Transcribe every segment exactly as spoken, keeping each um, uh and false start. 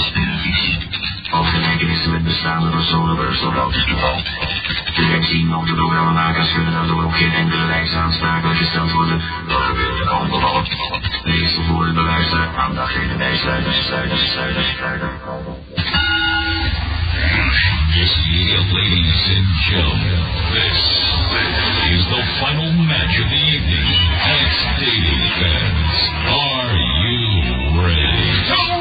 televisie. Hoofdgelijkenissen met bestaande personen Brussel Wouters toeval. Directie of de programmamakers kunnen daardoor ook geen enkele wijze aansprakelijk gesteld worden. Dat gebeurt in ongevallen. Lees voor de beluisteraar aandacht even bijsluiten, sluiten, sluiten, sluiten. Yes, yeah, ladies and gentlemen, this is the final match of the evening. X-Dating fans, are you ready?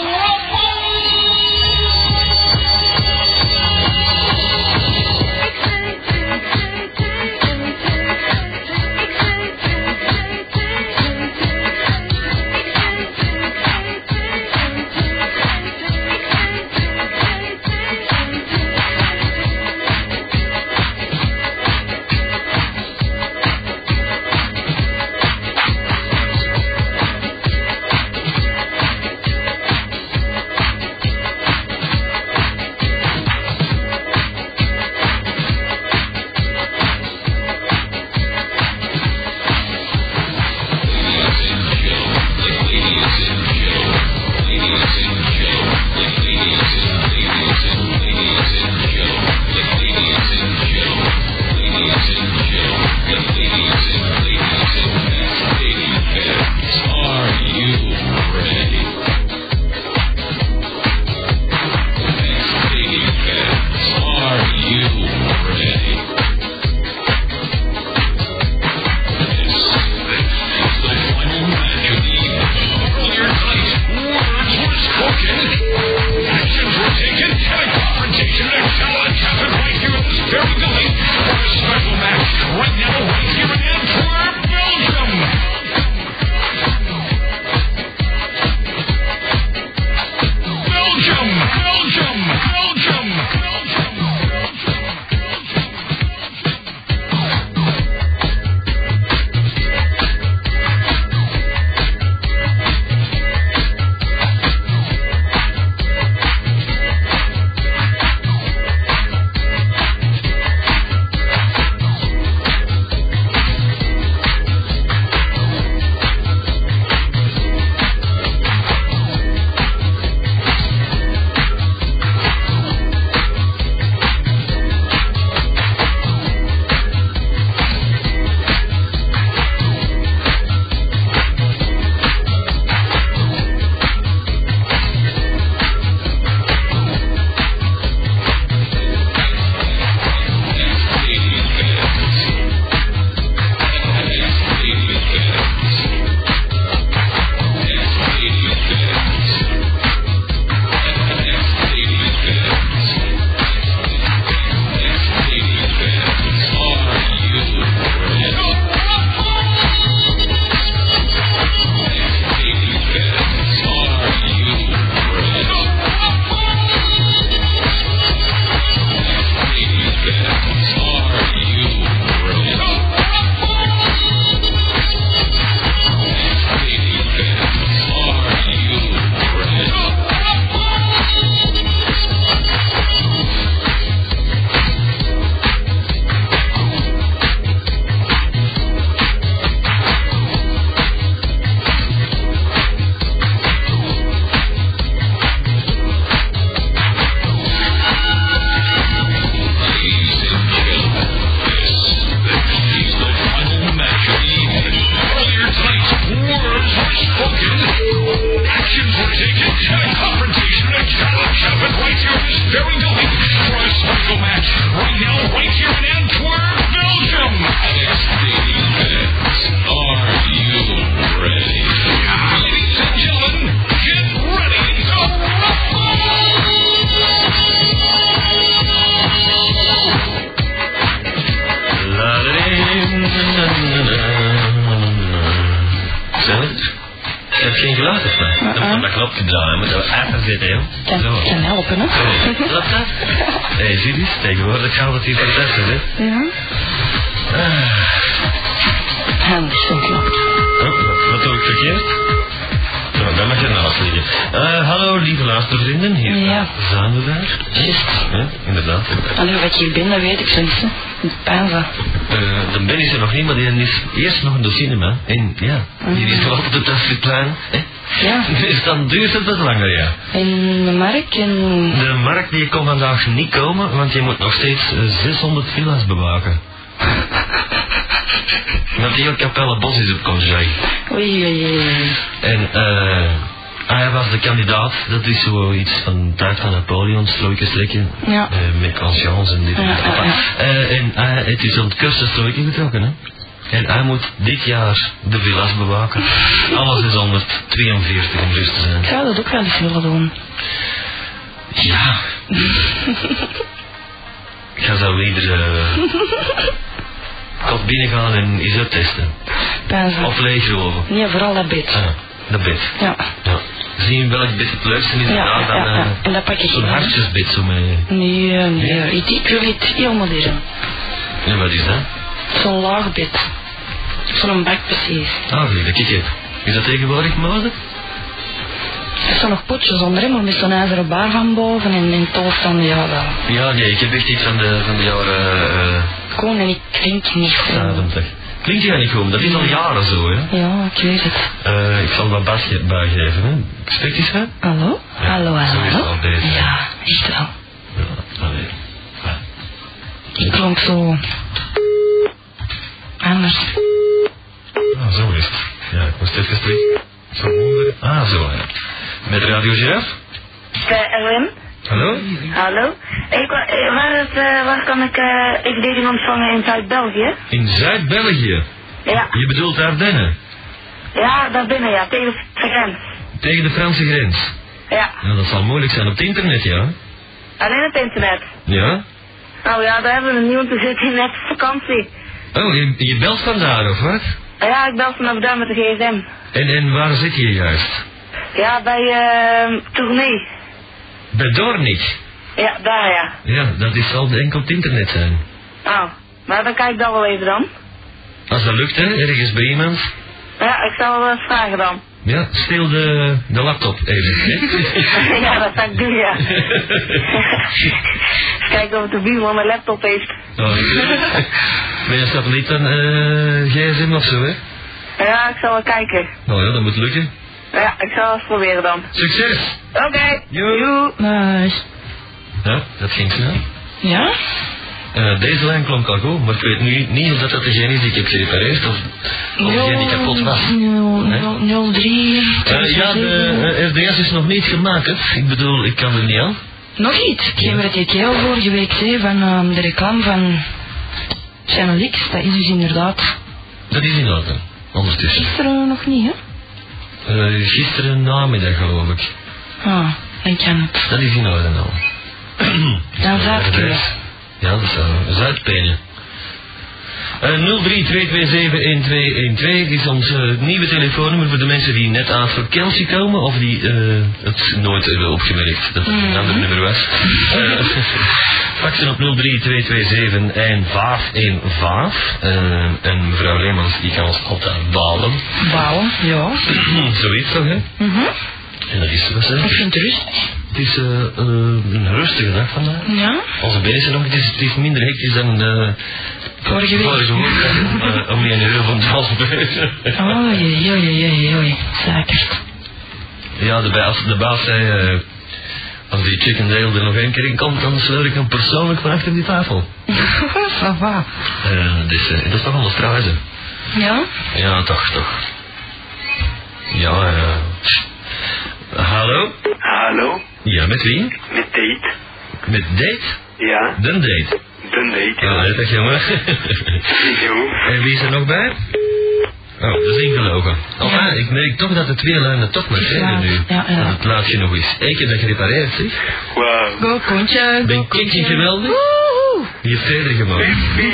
Tegenwoordig gaat het hier fantastisch, hè? Ja. Ah. Hans, dat klopt. Oh, wat, wat doe ik verkeerd? dat mag je naast liggen. Uh, hallo lieve luistervrienden, hier ja. zijn we daar. Juist. Ja, inderdaad. Allee, wat ik hier ben, dat weet ik zo niet. De pijnza. Uh, de Ben is er nog niet, maar die is eerst nog in de cinema. En ja, hier is nog altijd op het Astridplein. Ja. Dus dan duurt het wat langer, ja. En de markt en... De markt die kon vandaag niet komen, want je moet nog steeds uh, zeshonderd villa's bewaken. Want heel Kapellebos is op congé. Oei, oei, oei. En eh... Uh, hij was de kandidaat, dat is zoiets van tijd van Napoleon, strooikjes lekken, ja. uh, met conscience en dit en dat. Ja, ja, ja. uh, En hij het is aan het kursus strooikje getrokken, hè. En hij moet dit jaar de villa's bewaken. Alle zeshonderdtweeënveertig om juist te zijn. Ik zou dat ook wel eens willen doen. Ja. Ik ga zo weer uh, kot binnengaan en eens uittesten. Pijnza. Of leegroven. Nee, vooral dat bed. Ah, dat bed. Ja. Ja. Zien welk bed het leukste is. Ja, ja, dan, ja, ja. Uh, En dat pak ik zo'n in. hartjesbed zo mee. Nee, nee. Ik, ik wil iets heel modern. En wat is dat? Zo'n laag bed. Zo'n bak precies. Ah, nee, dat kijk je. Is dat tegenwoordig mode? Er staan nog potjes onder, hè, maar met zo'n ijzeren bar van boven en een toestand, ja, dat... Ja, nee, ik heb echt iets van de, van de jaren... Uh, Gewoon en ik klink niet goed. zeventig. Klinkt je niet goed, dat is al jaren zo, hè? Ja, ik weet het. Uh, ik zal wat bas ge- bijgeven, hè? Spreekt eens, hè? Hallo? Ja, hallo, hallo. Zo is het al deze. Ja, echt wel. Ja, allee. Ja. Ik klonk zo... anders. Ah, zo is het. Ja, ik moest even terug. Zo onder. Ah, zo, ja. Met Radio Giraffe? Uh, Wim? Hallo? Hallo? Ik, wa- waar, het, uh, waar kan ik uh, evenement ontvangen in Zuid-België? In Zuid-België? Ja. Je bedoelt Ardennen? Ja, daar binnen, ja, tegen de grens. Tegen de Franse grens? Ja. Ja, dat zal moeilijk zijn op het internet, ja? Alleen het internet. Ja? Nou ja, daar hebben we een nieuw te zitten net op vakantie. Oh, je, je belt vandaar, of wat? Ja, ik bel vanaf daar met de gsm. En, en waar zit je juist? Ja, bij uh, Tournee. Bij Doornik? Ja, daar ja. Ja, dat is, zal enkel op het internet zijn. Oh, maar dan kijk ik dat wel even dan. Als dat lukt, hè, ergens bij iemand. Ja, ik zal wel eens vragen dan. Ja, stil de, de laptop even, hè? Ja, dat zou ik doen, ja. Kijken of de buurman een laptop heeft. Oh, ben je satelliet dan uh, gsm of zo, hè? Ja, ik zal wel kijken. Nou ja, dat moet lukken. Ja, ik zal eens proberen dan. Succes! Oké. Okay. Joe. Nice. Ja, dat ging snel. Ja? Uh, deze lijn klonk al goed, maar ik weet nu niet of dat, dat degene is die ik heb gerepareerd of, of degene die kapot was. nul drie... Uh, ja, de uh, R D S is nog niet gemaakt. Ik bedoel, ik kan er niet aan. Nog iets. Ik heb het heel vorige week zei van uh, de reclame van Channel X. Dat is dus inderdaad... Dat is in orde, ondertussen. Gisteren nog niet, hè? Uh, gisteren namiddag, geloof ik. Ah, dan kan het. Dat is in orde al. Dan zou het kunnen. Ja, dat zou Zuidpenen. Uh, nul drie twee twee zeven een twee een twee is ons uh, nieuwe telefoonnummer voor de mensen die net aan het vakantie komen of die uh, het nooit hebben opgemerkt dat het een Mm-hmm. ander nummer was. Uh, faxen op nul drie twee twee zeven een vijf een vijf. Uh, en mevrouw Leemans die kan ons altijd balen. Bouwen, ja. Zoiets toch, hè? Mhm. En dat is wat, hè? Ik vind het rustig. Het is uh, uh, een rustige dag vandaag. Ja? Onze benen zijn nog, het is, het is minder hectisch dan uh, Vorige week. Vorige week, om, uh, om een euro van twaalf beurzen. Oei, oei, oei, oei. Zeker. Ja, de baas, de baas zei, uh, als die Chickendale er nog één keer in komt, dan sleur ik hem persoonlijk van achter die tafel. Ça va. Uh, dus, uh, dat is toch anders prijzen. Ja? Ja, toch, toch. Ja, uh, hallo? Hallo, Ja, met wie? met Date. Met Date? Ja, De Date. de Date. Ja, dat is jongen. Jo. En wie is er nog bij? Oh, dat is ingelogen. Enfin, Ja. ik merk toch dat de twee lijnen toch maar zijn Ja, nu. ja, ja. Dat het laatje nog eens. Ik heb dat gerepareerd, zeg. Wauw. Go, kontje. Ben Go, ik niet kontje. geweldig? Woehoe. Je hebt verder gemaakt.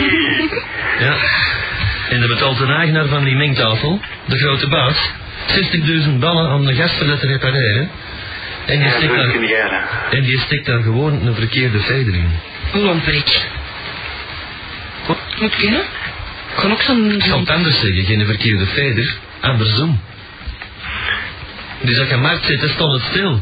Ja. En de betaalt de eigenaar van die mengtafel, de grote baas, zestigduizend ballen om de gast dat te repareren. En die Ja, stikt dat daar, kun jij. en die stikt daar gewoon een verkeerde veder in. Lomperik. Moet kunnen. Ik kan ook zo'n... Ik zal het anders zeggen, geen verkeerde veder, andersom. Dus als je markt zit, dan stond het stil.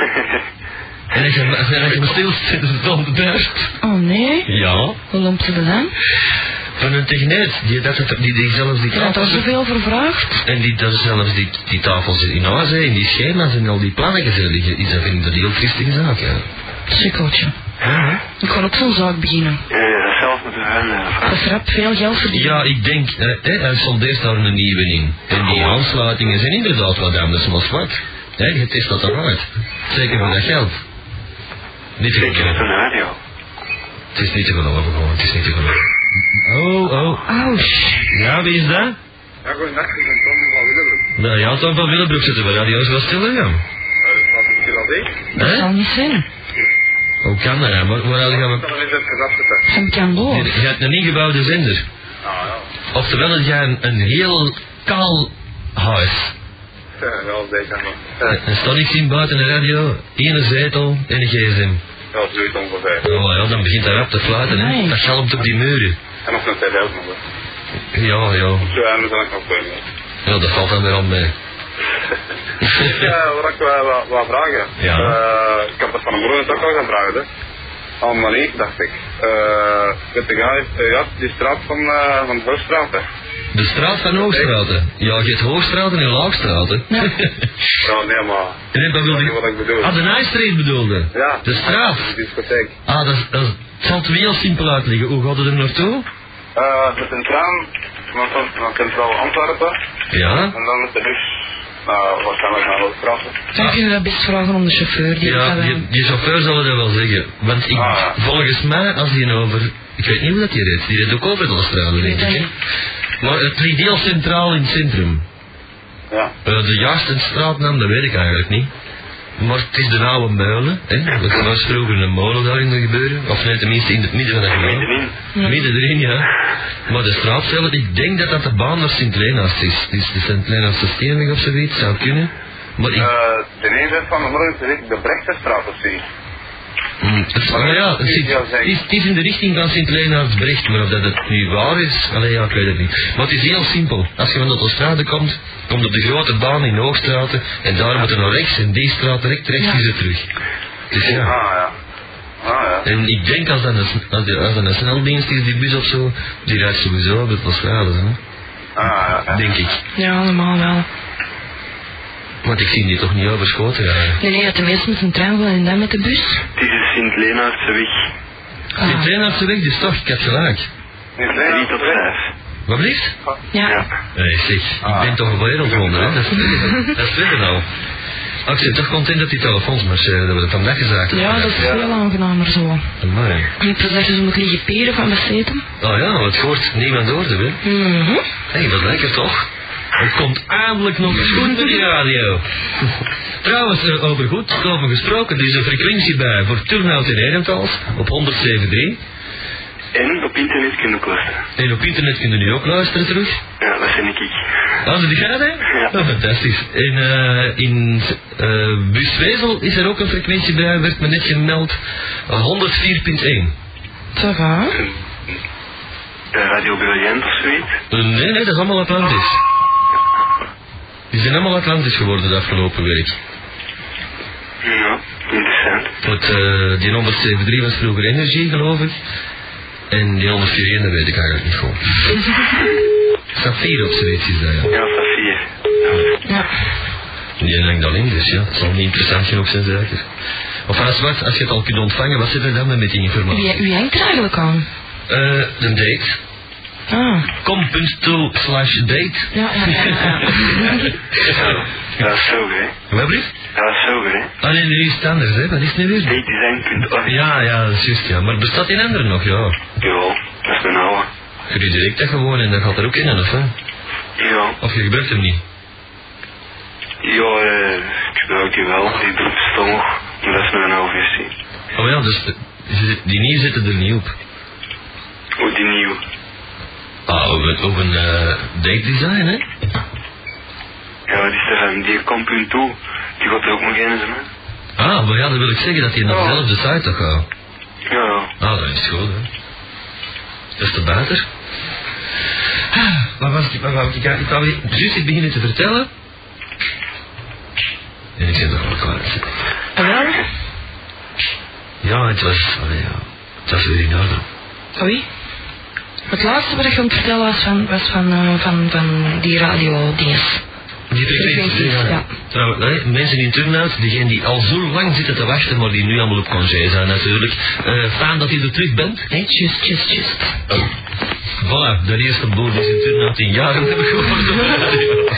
En als je, en als je me stil zit, dan stond het juist. Oh nee? Ja. Hoe loopt ze dat aan? Van een techneut, die, dat, die, die zelfs die Je had er tafels... zoveel voor gevraagd. En die, dat zelfs die, die tafels in huis, hè, en die schema's en al die plannetjes liggen, is dat vind ik dat een heel triestige zaak, ja. Sukkeltje. Ja, Ik ga ook zo'n zaak beginnen. Ja, je dat zelf moeten gaan. Dat is rap veel geld verdienen. ja, ik denk, eh, eh, hij soldeert daar een nieuwe in. En die aansluitingen zijn inderdaad wat anders, maar wat. Hè, je test dat eruit. Zeker voor dat geld. Niet te Zeker op geloven. de radio. Het is niet te geloven gewoon, het is niet te geloven. Oh, oh. Ouch. Ja, wie is dat? Ja, goeiedag, ik ben Tom van Willebroek. Nou ja, Tom van Willebroek zitten we radio's wel stil, hè? Wat is hier al deed? Dat Hè? zal niet zijn. Hoe kan dat, hè? Waar, waar gaan we... Ik kan er eens even afzetten. Zijn kan door. Je hebt een ingebouwde zender. Ah ja. Oftewel, het gaat een, een heel kaal huis. Ja, wel deze maar. Ja, Er staat niks in buiten de radio, één zetel en een gsm. ja, zoiets ongeveer. Oh ja, dan begint hij rap te fluiten, hè. Nee. Dat galmt op die muren. En nog een T V ook nog. hè. Ja, ja. Zo, en we zijn ook nog kunnen. Ja, dat valt dan weer aan mee. Ja, wat ik wel wat, wat vragen. Ja. Uh, ik heb dat van een broer net ook al gaan vragen, hè. Aan Monique, dacht ik. Uh, met de guy, uh, ja, die straat van, uh, van de Hoogstraat, hè. De straat van Hoogstraten. Ja, je hebt Hoogstraten en Laagstraten. Ja. Ja, nee, maar... Nee, dat wilde weet ik... je wat ik bedoel? Ah, de High Street bedoelde. Ja. De straat. De discotheek. Ah, dat, dat, het zal het heel simpel uitleggen. Hoe gaat het er naartoe? Uh, de centraal, van, van, van Centraal Antwerpen. Ja. En dan met de bus, nou, waarschijnlijk naar Hoogstraat. Dan kunnen we dat best vragen om de chauffeur. Die Ja, dat wel- die, die chauffeur zal dat wel zeggen. Want ik, Ah. volgens mij, als die over... Ik weet niet hoe dat die reed. Die reed ook over de straten, denk ik. Hè? Maar het ligt heel centraal in het centrum. Ja. Uh, de juiste straatnaam, dat weet ik eigenlijk niet. Maar het is de oude Meulen. Hè? Dat was vroeger een molen daar in de gebeuren. Of nee, tenminste in het midden van de gebeuren. Middenin. Ja. Midden erin, ja. Maar de straat zelf, ik denk dat dat de baan naar Sint-Lenaars is. Dus de Sint-Lenaarse Steenweg of zoiets, zou kunnen. Maar ik... Uh, de ene van de morgen is de Brechtestraat of zoiets. Mm, het, maar ja, het, zit- het is, het is in de richting van Sint-Leonardsbrecht, maar of dat het nu waar is, allee, ja, ik weet het niet. Maar het is heel simpel. Als je van de autostrade komt, komt op de grote baan in Hoogstraten en daar moet je naar rechts en die straat direct rechts Ja. is het terug. Dus ja. Ah ja. Ah ja. En ik denk als dat een, als die, als dat een sneldienst is, die bus of zo, die rijdt sowieso op de autostrade, hè. Ah ja. Denk ik. Ja, normaal wel. Want ik zie die toch niet overschoten rijden. Nee, nee, de meeste met een trein wel en dan met de bus. Het is de Sint-Lenaarse weg. Ah. Sint-Leonardse weg, dus toch, ik had gelijk. drie tot vijf. Wat blieft? Ja. Nee, zeg, ik ben toch een wereldwonder, hè? Dat is tweede. Dat is tweede nou. Oh, ik ben toch content dat die telefoons marcheren, dat we dat vandaag gezegd hebben. Ja, dat is veel aangenamer zo. Amai. Ik heb dat je zo moet liggen peren van de zeten. Oh ja, het hoort niemand hoorde, hè? Mhm. Hé, hey, wat lekker toch? Het komt eindelijk nog eens goed met die radio. Trouwens, eh, over goed over gesproken, er is een frequentie bij voor Turnhout en Herentals op honderdzeven drie. En op internet kunnen kosten. En op internet kunnen jullie ook luisteren terug. Ja, dat vind ik. Ah, die gaat hè? Ja. Oh, fantastisch. En uh, in uh, Buswezel is er ook een frequentie bij, werd me net gemeld, honderdvier punt één. Ça va. De Radio Brilliant of zoiets. Uh, nee, nee, dat is allemaal Atlantis. Die zijn allemaal Atlantis geworden de afgelopen week. Ja, interessant. Want uh, die honderdzeven punt drie was vroeger Energie, geloof ik. En die honderdvier punt één, dat weet ik eigenlijk niet goed. Safir of zoiets is dat, ja. Ja, Safir. Ja. Die hangt al in, dus ja, het zal niet interessant genoeg zijn, zeker. Of als, wat, als je het al kunt ontvangen, wat zit er dan met die informatie? Wie, wie hangt er eigenlijk aan? Eh, de date. Ah. com.to slash date. Ja, ja, ja. ja. Dat is zo, hè. Wat blieft? Dat is zo, hè. Ah nee, er is het anders, hè. Wat is het nu weer? Datedesign punt org. Ja, ja, dat is juist, ja. Maar bestaat die andere nog, ja? Ja, dat is een oude. Je doet direct dat gewoon en dat gaat er ook in, of hè? Ja. Of je gebruikt hem niet? Ja, eh, ik gebruik die wel. Die doet het nog. Maar dat is mijn oude versie. Oh ja, dus de- die nieuw zitten er niet op. Hoe die nieuw. Ah, op een, op een uh, date design, hè? Ja, die Stefan, die komt punt toe. Die gaat er ook nog in zijn, hè. Ah, maar ja, dan wil ik zeggen dat hij naar dezelfde site toch gaat. Ja, ja. Ah, dat is goed, hè. Dat is te beter. Ah, wat was ik, wat wou ik, ik wou juist iets beginnen te vertellen. En ik zit toch wel klaar. En wel? Ja, het was... Allee, ja. Het was weer in orde. Oei. Het laatste wat ik aan het vertellen was van, was van, uh, van, van die radio-dinges. Die frequenties, ja. ja. Trouwens, nee, mensen in Turnhout, diegenen die al zo lang zitten te wachten, maar die nu allemaal op congé zijn natuurlijk. Uh, fijn dat je er terug bent. Hé, hey, just, just, just. Oh. Voilà, de eerste boer die ze in Turnhout in jaren hebben gehoord op de radio.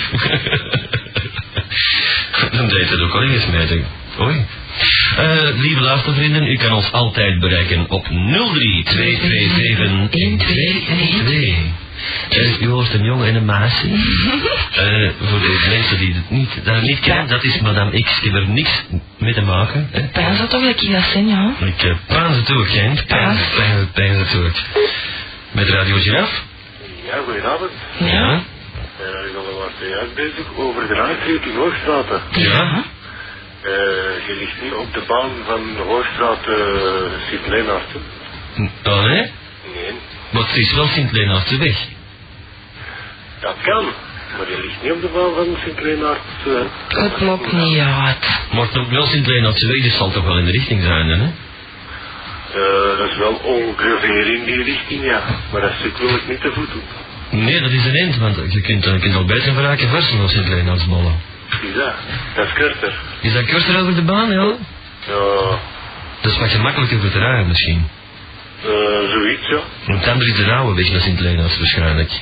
Dan deed het ook al ingesmeten. Oei. Uh, lieve luistervrienden, u kan ons altijd bereiken op nul drie twee twee zeven een twee een twee. Uh, u hoort een jongen en een meisje. Uh, voor de mensen die het niet, dat niet kennen, dat is Madame X. Ik heb er niks mee te maken. Hè. Pijn ze toch dat ik dat zijn, ja? Ik uh, pijn ze toe, Gent. Pijn ze, pijn ze, pijn ze toe. Met Radio Giraffe? Ja, goedenavond. Ja. Ja, ik ben al wat juist bezig over de Langstreek in Hoogstraat. Ja. Uh, je ligt nu op de baan van de Hoogstraat uh, Sint-Leenaert. Oh nee? Nee. Maar het is wel Sint-Leenaertseweg. Dat kan, maar je ligt niet op de baan van Sint-Leenaert. Uh, het maakt niet uit. Maar het ook wel Sint-Leenaertseweg, dus zal toch wel in de richting zijn, hè? Uh, dat is wel ongeveer in die richting, ja. Maar dat stuk wil ik niet te voet doen. Nee, dat is een eind, want je kunt, je kunt al beter verraken versen van Sint-Leenaertsmolen. Is dat? Dat is korter. Is dat korter over de baan, ja? Ja. Dat is wat gemakkelijker voor te rijden misschien. Uh, zoiets, ja. Want het andere is de rauwe weg naar Sint-Leenaerts waarschijnlijk.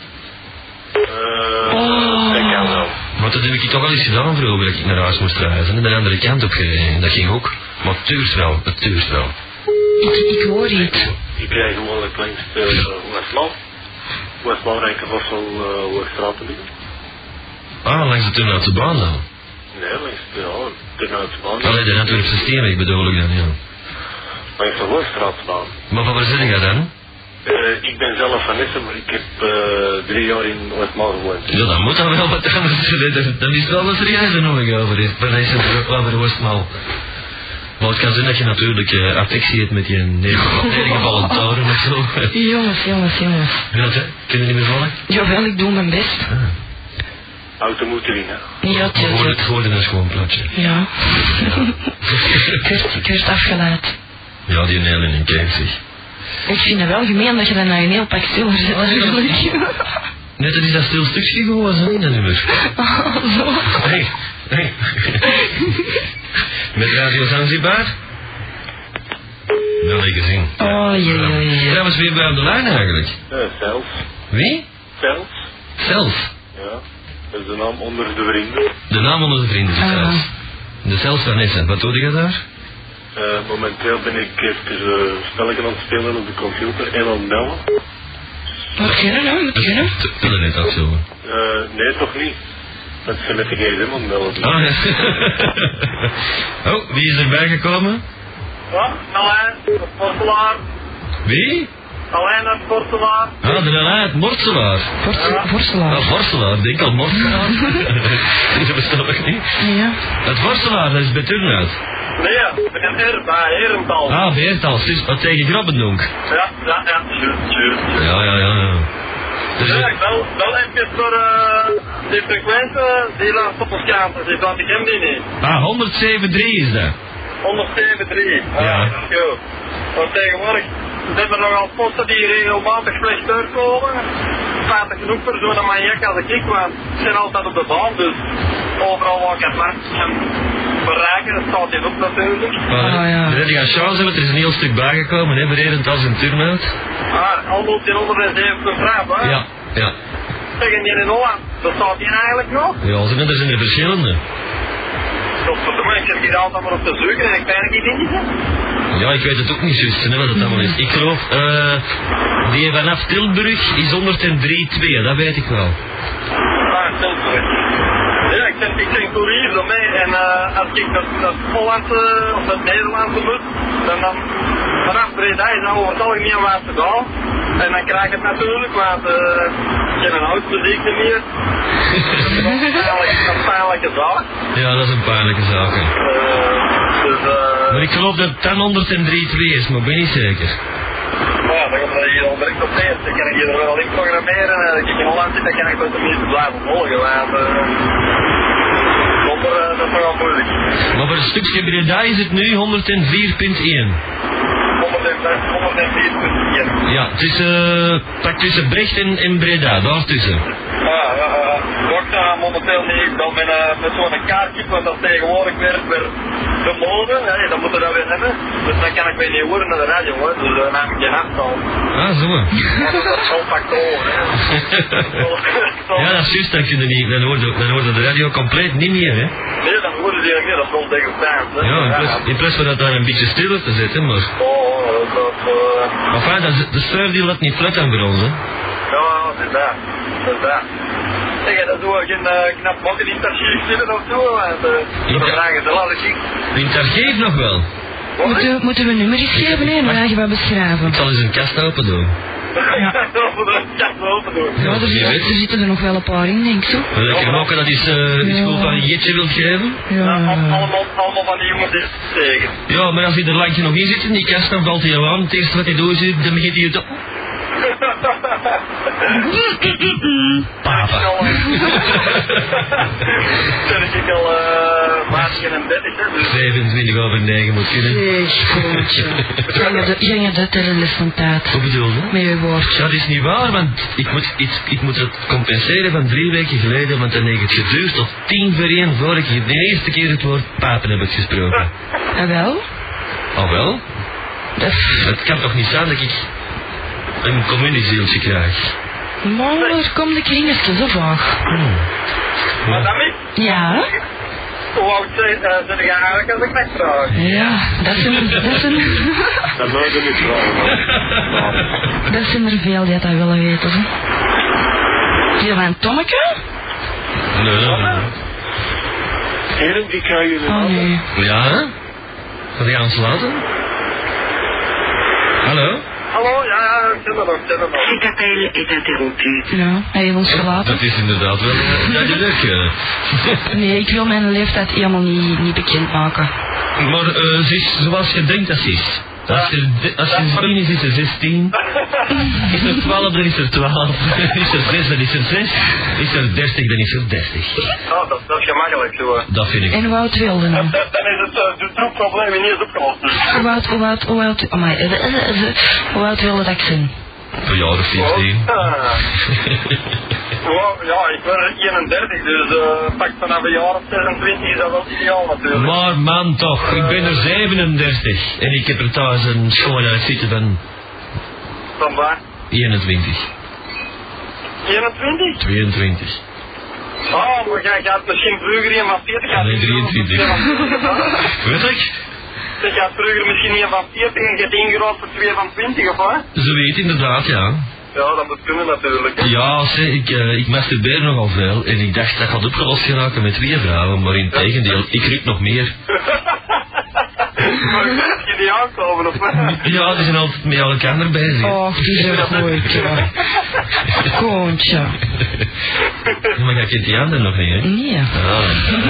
Uh, oh. Dat kan wel. Maar dat heb ik toch al eens gedaan vroeger, dat ik naar huis moest reizen. En de andere kant op gereden. Dat ging ook. Maar het duurt wel, het duurt wel. Ik, ik hoor iets. Ik krijg gewoon het langs uh, Westmaal. Westmaal rijken was al uh, Hoogstraat te liggen. Ah, langs de Turnhoutse baan dan? Nee, langs de, ja, Turnhoutse baan. Allee, de Antwerpse Steenweg bedoel ik dan, ja. Langs de Hoogstraatbaan. Maar van waar zit je dan? Uh, ik ben zelf van Essen, maar ik heb uh, drie jaar in Westmaal gewoond. Ja, dat moet dan wel wat anders. Dan is het wel een serieuze nodig over is. Van Essen over Westmaal. Maar het kan zijn dat je natuurlijk uh, affectie hebt met je neergevallen toren of zo. Jongens, jongens, jongens. Ja, kun je niet meer vallen? Jawel, ik doe mijn best. Ah. Auto moet erin, hè? Ja, het is het gewoon een schoon plaatje. Ja. Ik werd afgeleid. Ja, die neel in een keer zeg. Ik vind het wel gemeen dat je dat nou een heel pak stil zet natuurlijk. Net, dat is dat stil stukje gewoon zo in dat nummer. Oh, zo. Hey, hey. Met Radio Zanzibar? Wel lekker zin. Oh, jee, jee, jee. Trouwens, weer bij op de lijn eigenlijk. Uh, Zelfs. Wie? Zelfs. Zelf. Ja, dat is de naam onder de vrienden. De naam onder de vrienden, Ah. Zelf. De Zelfs van Essen. Wat doe je daar? Uh, momenteel ben ik even uh, spelletje aan het spelen op de computer en aan het bellen. Moet kunnen, hè? Moet kunnen. Dat is net ook zo. Uh, nee, toch niet. Dat is met de gsm aan het bellen. Ah, ja. Oh, wie is erbij gekomen? Wat? Alain, de Portelaar. Wie? Alain uit Portelaar. Ah, de Alain uit Morselaar. Vorselaar. Ah, Vorselaar, denk al Morselaar. Dat bestaat toch niet? Ja. Het Vorselaar, dat is bij Turnhout. Nee, bij de R, bij Herental. Ah, Beertal, dus wat tegen Grabbendonk. Ja, ja, ja, juist, juist. Ja, ja, ja, ja. Dus Ja, het- ik bel, bel even voor uh, die frequentie, die laat op ons kamer, die laat ik hem die niet. ah, honderdzeven komma drie is dat. honderdzeven komma drie. Ja. Goed. Want tegenwoordig zijn er nogal posten die regelmatig slecht doorkomen. Spijtig genoeg voor zo'n maniak als ik, want ze zijn altijd op de baan, dus overal waar ik het markt kan bereiken, dat staat hier op natuurlijk. Maar Ah, ja. dan heb je een chance, want er is een heel stuk bijgekomen, hè, bereden als een Turnhout. Maar al loopt die honderdzeven komma vijf, hè? Ja, ja. Zeggen die in Holland, dat staat hier eigenlijk nog? Ja, ze- er zijn er verschillende. Dat voor de mensen die altijd maar op te zoeken en ik ben die dingetjes. Ja, ik weet het ook niet juist, hè, wat het allemaal is. Ik geloof, eh, die vanaf Tilburg is honderddrie komma twee, dat weet ik wel. Ah, Tilburg. Ja, ik ben, ik ben courier daarmee en uh, als ik naar dat Hollandse of dat Nederlandse moet, dan, dan vanaf Breda is dat over het algemeen waar te gaan. En dan krijg ik het natuurlijk, want uh, ik heb een auto muziek niet meer. Dat is een pijnlijke zaak. Ja, dat is een pijnlijke zaak, hè. Uh, dus, uh, Maar ik geloof dat het dan honderddrie komma twee is, maar ik ben niet zeker. Maar ja, dan komt er hier al direct op neer. Dan kan ik hier er wel in programmeren. En als ik in Holland zit, dan kan ik dat tenminste blijven volgen. Want uh, maar uh, dat is nogal moeilijk. Maar voor een stukje Breda is het nu honderdvier komma één. honderdvier komma één. Ja, het is uh, pak tussen Brecht en, en Breda, daartussen. Ja, ja, ja. Ik sta momenteel niet, ik bel met, uh, met zo'n kaartje, want dat tegenwoordig weer, weer de mode, hè, dan moeten we dat weer hebben. Dus dan kan ik weer niet horen naar de radio, hoor. Dus dan heb ik geen afstand. Ah, zo. Dat is zo'n factor, hè. Ja, dat is juist, dat je er niet, dan hoorde, dan hoorde de radio compleet niet meer, hè. Nee, dan horen die niet meer, dat is wel tegen tijd, hè. Ja, in plaats, in plaats van dat daar een beetje stiller te zetten, maar... Oh, dat is... Uh... Maar fijn, dat, de surf die laat niet flat aan voor ons, hè. Ja, dat is dat. Dat is dat. Zeg, dat is ook geen uh, knap mokken in het archief zitten of zo, want uh, dat vragen ze al eens. In het archief nog wel. Moeten, moeten we nummer eens geven, hè? Dan ga je wat beschrijven. Ik zal eens een kast open doen. Ja. Dat moet een kast open doen. Ja, er, zit, er zitten er nog wel een paar in, denk ik zo. Lekker mokken, dat is, uh, is Ja. goed van een jetje wilt geven. Ja. Ja, allemaal, allemaal van die jongens die tegen. Ja, maar als hij er lang genoeg in zit in die kast, dan valt hij al aan. Het eerste wat hij doet, is, dan begint hij het op. Papa. Toen ik al uh, maatje en dertig, hè, dus... zevenentwintig over negen moet kunnen. Zeg, goedje. Ging je dat er les van tijd? Hoe bedoel je? Met je woordje. Dat is niet waar, want ik moet, iets, ik moet het compenseren van drie weken geleden, want dan heeft het geduurd tot tien voor één voor ik de eerste keer het woord papen heb gesproken. Ah, wel? Al wel? Dat... Het kan toch niet zijn dat ik een communiezieltje krijg? Maar kom de kringetjes zo vaag. Hmm. Maar dan niet? Ja? Hoe oud zijn uh, jij eigenlijk als ik net vraag? Ja, dat zijn, dat zijn, Dat wil je niet vragen. dat zijn er veel die dat willen weten. Hè. Hier van Tommeke? Nee, nee, nee. Heren, die krijgen jullie Oh nee. Ja, hè? Ga je aansluiten? Hallo? Hallo, ja, ja, ik zit er nog, ik zit er nog. Cet appel est interrompu. Ja, hij heeft ons verlaten. Dat is inderdaad wel uh, duidelijk. Uh. Nee, ik wil mijn leeftijd helemaal niet, niet bekendmaken. Maar uh, ze is zoals je denkt dat ze is. Als je, als je zestien is, is er zestien. Is er twaalf, dan is er twaalf. Is er zes, dan is er zes. Is er dertig, dan is er dertig. Oh, dat, dat is gemakkelijk zo. Dat vind ik. En hoe oud wilde nou? Dan is het uh, de troepprobleem niet eens opgelost. Dus. Hoe oud, hoe oud, hoe oud, oh my, hoe oud wilde dat ik zijn? Een jaar of veertien. Wow, ja, ik ben eenendertig, dus uh, pak vanaf een jaar of zesentwintig is dat wel ideaal natuurlijk. Maar man toch, ik ben er zevenendertig. En ik heb er thuis een schoonheid zitten van Van waar? eenentwintig. eenentwintig? tweeëntwintig. Oh, maar jij gaat misschien vroeger een van veertig. Nee, drieëntwintig. Weet ik? Je gaat vroeger misschien een van veertig en je hebt ingerold voor twee van twintig of wat? Ze weet inderdaad, ja. Ja, dat moet kunnen natuurlijk. Hè. Ja, zeg, ik, uh, ik masturbeer nogal veel en ik dacht dat gaat opgelost geraken met twee vrouwen, maar in tegendeel, ik ruik nog meer. Maar heb je die aankomen of wat? Ja, die zijn altijd met elkaar bezig. Och, die is een gooitje. Koontje. Maar jij kent die anderen nog niet, hè? Nee. Ah.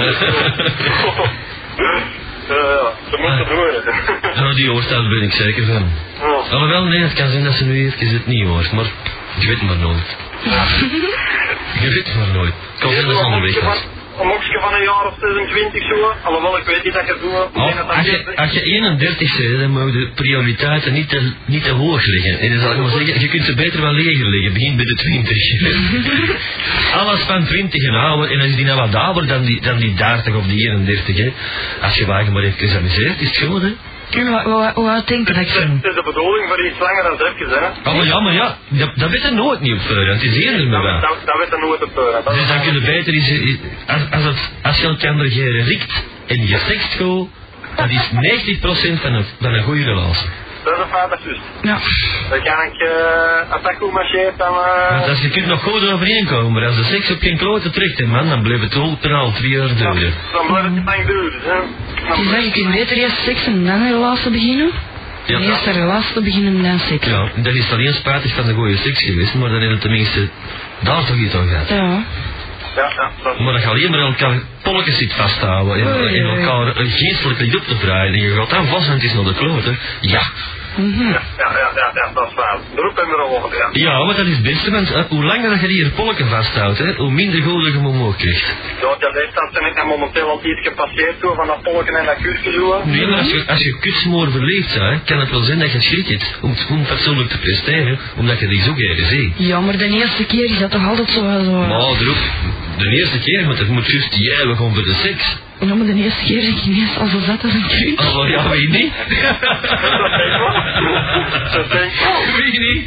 Ja, ja, ze moeten horen. Nou, die hoort, daar ben ik zeker van. Ja. Alhoewel, nee, het kan zijn dat ze nu even het niet hoort, maar je weet maar nooit. Je weet maar nooit. Het kan zijn dat ze onderweg was. Een mokje van een jaar of zesentwintig zo, alhoewel ik weet niet dat je zo... Oh, als, je, als je eenendertig bent, dan mogen de prioriteiten niet te, niet te hoog liggen. En dan zal ik maar zeggen, je kunt ze beter wel leger liggen, begin bij de twintig. Alles van twintig en ouder, en als je die nou wat ouder dan die, dan die dertig of die eenendertig, hè. Als je wagen maar even amuseert, is het goed, hè. Hoe, hoe, hoe oud denk je dat ik Het ben? is de bedoeling voor iets langer dan even, hè. Oh, maar ja, maar ja, dat, dat weet je nooit niet op voorhand, het is eerder met wel. Dat, dat weet je nooit op voorhand. Dus dan kun je beter is, als, als, het, als je elkaar gerikt en je sext goed, dat is negentig procent van een, van een goede relatie. Dat is een feit, dat is juist. Ja. Dan kan ik, uh, als dat goed marcheert, dan... Uh... Want als je kunt nog goed overeenkomen, maar als de seks op geen klote trekt, hè, man, dan blijft het al per al twee jaar duren. Dan blijft het lang duren, hè. Je zegt, je kunt beter eerst seks en dan een relatie beginnen. Ja. Eerst een relatie beginnen en dan seks. Ja, dan is het alleen spijtig van de goede seks geweest, maar dan hebben we tenminste daar toch iets aan gehad. Ja. Ja, ja. Dat... Maar dat je alleen maar elkaar polletjes zit vasthouden en, en elkaar geestelijk niet op te draaien en je gaat dan vast en het is naar de kloten. Ja. Mm-hmm. Ja, ja, ja, ja, ja, dat is waar. Beroep hem erover, ja. Ja, maar dat is het beste, want uh, hoe langer dat je die polken vasthoudt, hè, hoe minder goden je hem omhoog krijgt. Ja, ja, leeftijd ben ik dan momenteel al iets gepasseerd door van dat polken en dat kuurtje zo. Nee, maar als je, als je kutsmoor verleefd bent, kan het wel zijn dat je schrik hebt om, om fatsoenlijk te presteren, omdat je die zo graag ziet. Ja, maar de eerste keer is dat toch altijd zo wel zo... Maar erop, de eerste keer, want het moet juist jij gewoon voor de seks. Ja, maar de eerste keer zeg ik ineens al zo zat als een kruid. Oh, ja, weet je niet? Dat denk ik wel. Weet je niet?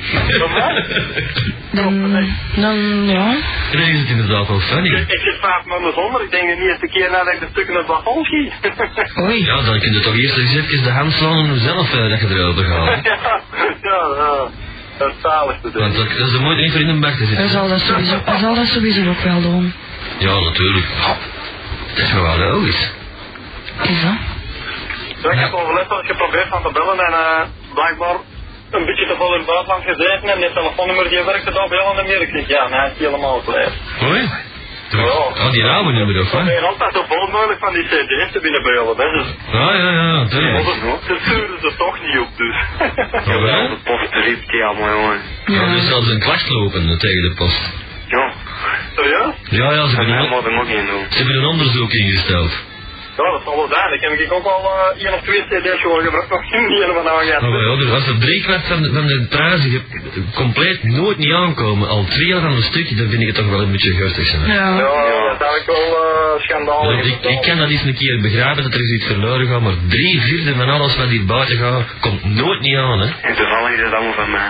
Dan, dan, ja. Dan is het inderdaad wel funny. Ik, ik zit vaak met mijn zonder, ik denk de eerste keer nadat ik de stukken het plafond schiet. Oei. Ja, dan kun je toch eerst eens even de hand slaan en zelf uh, dat je erover gaat. Ja, ja, ja. Dat is zalig te doen. Want dat, dat is de mooie voor in een bak te Hij zitten. zal dat sowieso, hij zal dat sowieso ook wel doen. Ja, natuurlijk. Dat is wel logisch. Is dat? Ja, ik heb overleefd dat ik geprobeerd van te bellen en uh, blijkbaar een beetje te veel in het buitenland gezeten en die telefoonnummer die werkte daar bij al in Amerika. Ja, en hij is helemaal geleid. Hoi? Oh, die oude nummer of, hè? Ik ben altijd zo vol mogelijk van die cd's te binnen bellen, hè. Dus Ah, ja, ja, natuurlijk. dat sturen ze toch niet op, dus. Jawel? De post riep die allemaal, jongen. Ja, dus zelfs een klacht lopen tegen de post. Ja. Serieus? Ja, ja, ze En hebben hij een, moet hem ook niet doen. ze hebben een onderzoek ingesteld. Ja, dat zal wel zijn. Ik heb ik ook al uh, één of twee cd's gewoon gebruikt, nog geen helemaal nou gehad. Oh, ja, dus als de driekwart van de, van de prijzen compleet nooit niet aankomen, al twee jaar aan een stukje, dan vind ik het toch wel een beetje gunstig zijn. Ja. Ja, dat zou ik wel uh, schandalig. Dus ik, ik kan dat eens een keer begrijpen dat er is iets verloren gaat, maar drie vierde van alles wat hier buiten gaat, komt nooit niet aan, hè. En toevallig is het allemaal van mij.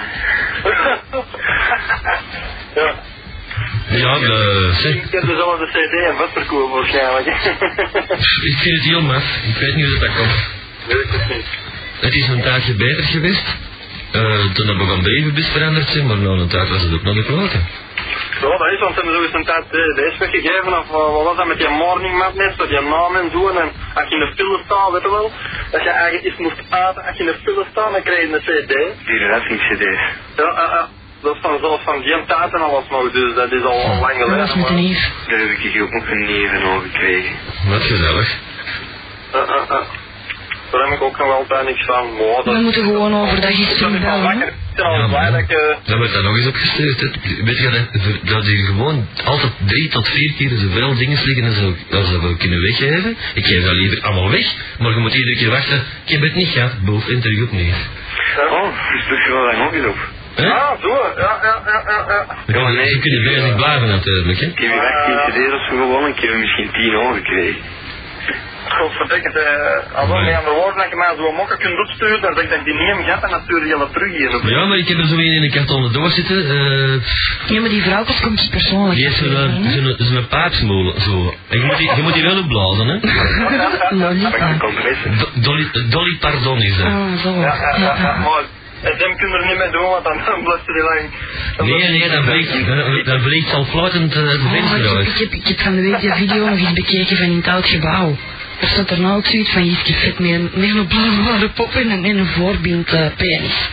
Ja. Ja, uh, zeg, Ik heb dezelfde cd en wat verkopen waarschijnlijk. ik vind het heel maf, ik weet niet hoe dat komt. Weet ik het niet. Het is een tijdje beter geweest, uh, toen hebben we van brievenbus veranderd zijn, maar na een tijd was het ook nog de kloten. Ja, dat is, want ze hebben zo eens een tijd deze weggegeven, of uh, wat was dat met die morning madness, met die naam en zo, en als je in de file staat, weet je wel, dat je eigenlijk iets moest uiten, als je in de file staat, dan krijg je een cd. Die relatie cd's. Ja, uh, uh, dat is van zelfs van geen tijd en alles nog, dus dat is al lang geleden. Dat was met een neef. Daar heb ik ook nog een neven over gekregen. Wat gezellig. Uh, uh, uh. Daar heb ik ook nog wel bij niks van, maar dat... We moeten gewoon overdag iets Ik doen ben wel bellen. wakker, ik ben al blij dat ik... Uh, Dan wordt dat nog eens opgestuurd. Hè. Weet je dat, dat je gewoon altijd drie tot vier keer zoveel dingen liggen als ze, als ze we kunnen weggeven? Ik geef dat liever allemaal weg, maar je moet iedere keer wachten. Ik heb het niet gehad, boven en terug opnieuw. Oh, dus doe je wel daar nog eens op. Hè? ah, zo, ja, ja, ja, ja, ja. Dan kan je, ze kunnen bezig blijven natuurlijk. Hè. Ik heb hier achttien cd's of zo gewonnen, ik heb er misschien tien overgekregen. Godverdikke, uh, als we niet aan de woorden dat je mij zo'n mokken kunt opsturen, dan zeg ik dat ik die niet heb gehad en dan stuur je hele terug hier. Ja, maar ik heb er zo een in een karton door zitten. Uh, Ja, maar die vrouwtjes komt je persoonlijk. die heeft zo'n zo zo zo paapsmolen. Zo. En je moet die, je moet die wel opblazen, hè? Lolita. Do- Dolly, Dolly Pardon is dat. Ah, zo. Ja, ja, ja, Ja, ja, ja. maar en dem kunnen er niet mee doen, want dan, dan blijft ze die lang. dan Nee, blijft- nee, dan vliegt, dan, dan vliegt ze al fluitend uh, de Oh, venster ik, heb, uit. ik, heb, ik heb van de week die video nog eens bekeken van in het oud gebouw. Er staat er nou ook zoiets van Jiske Vet met een, met een blauwe pop en een, en een voorbeeld uh, penis.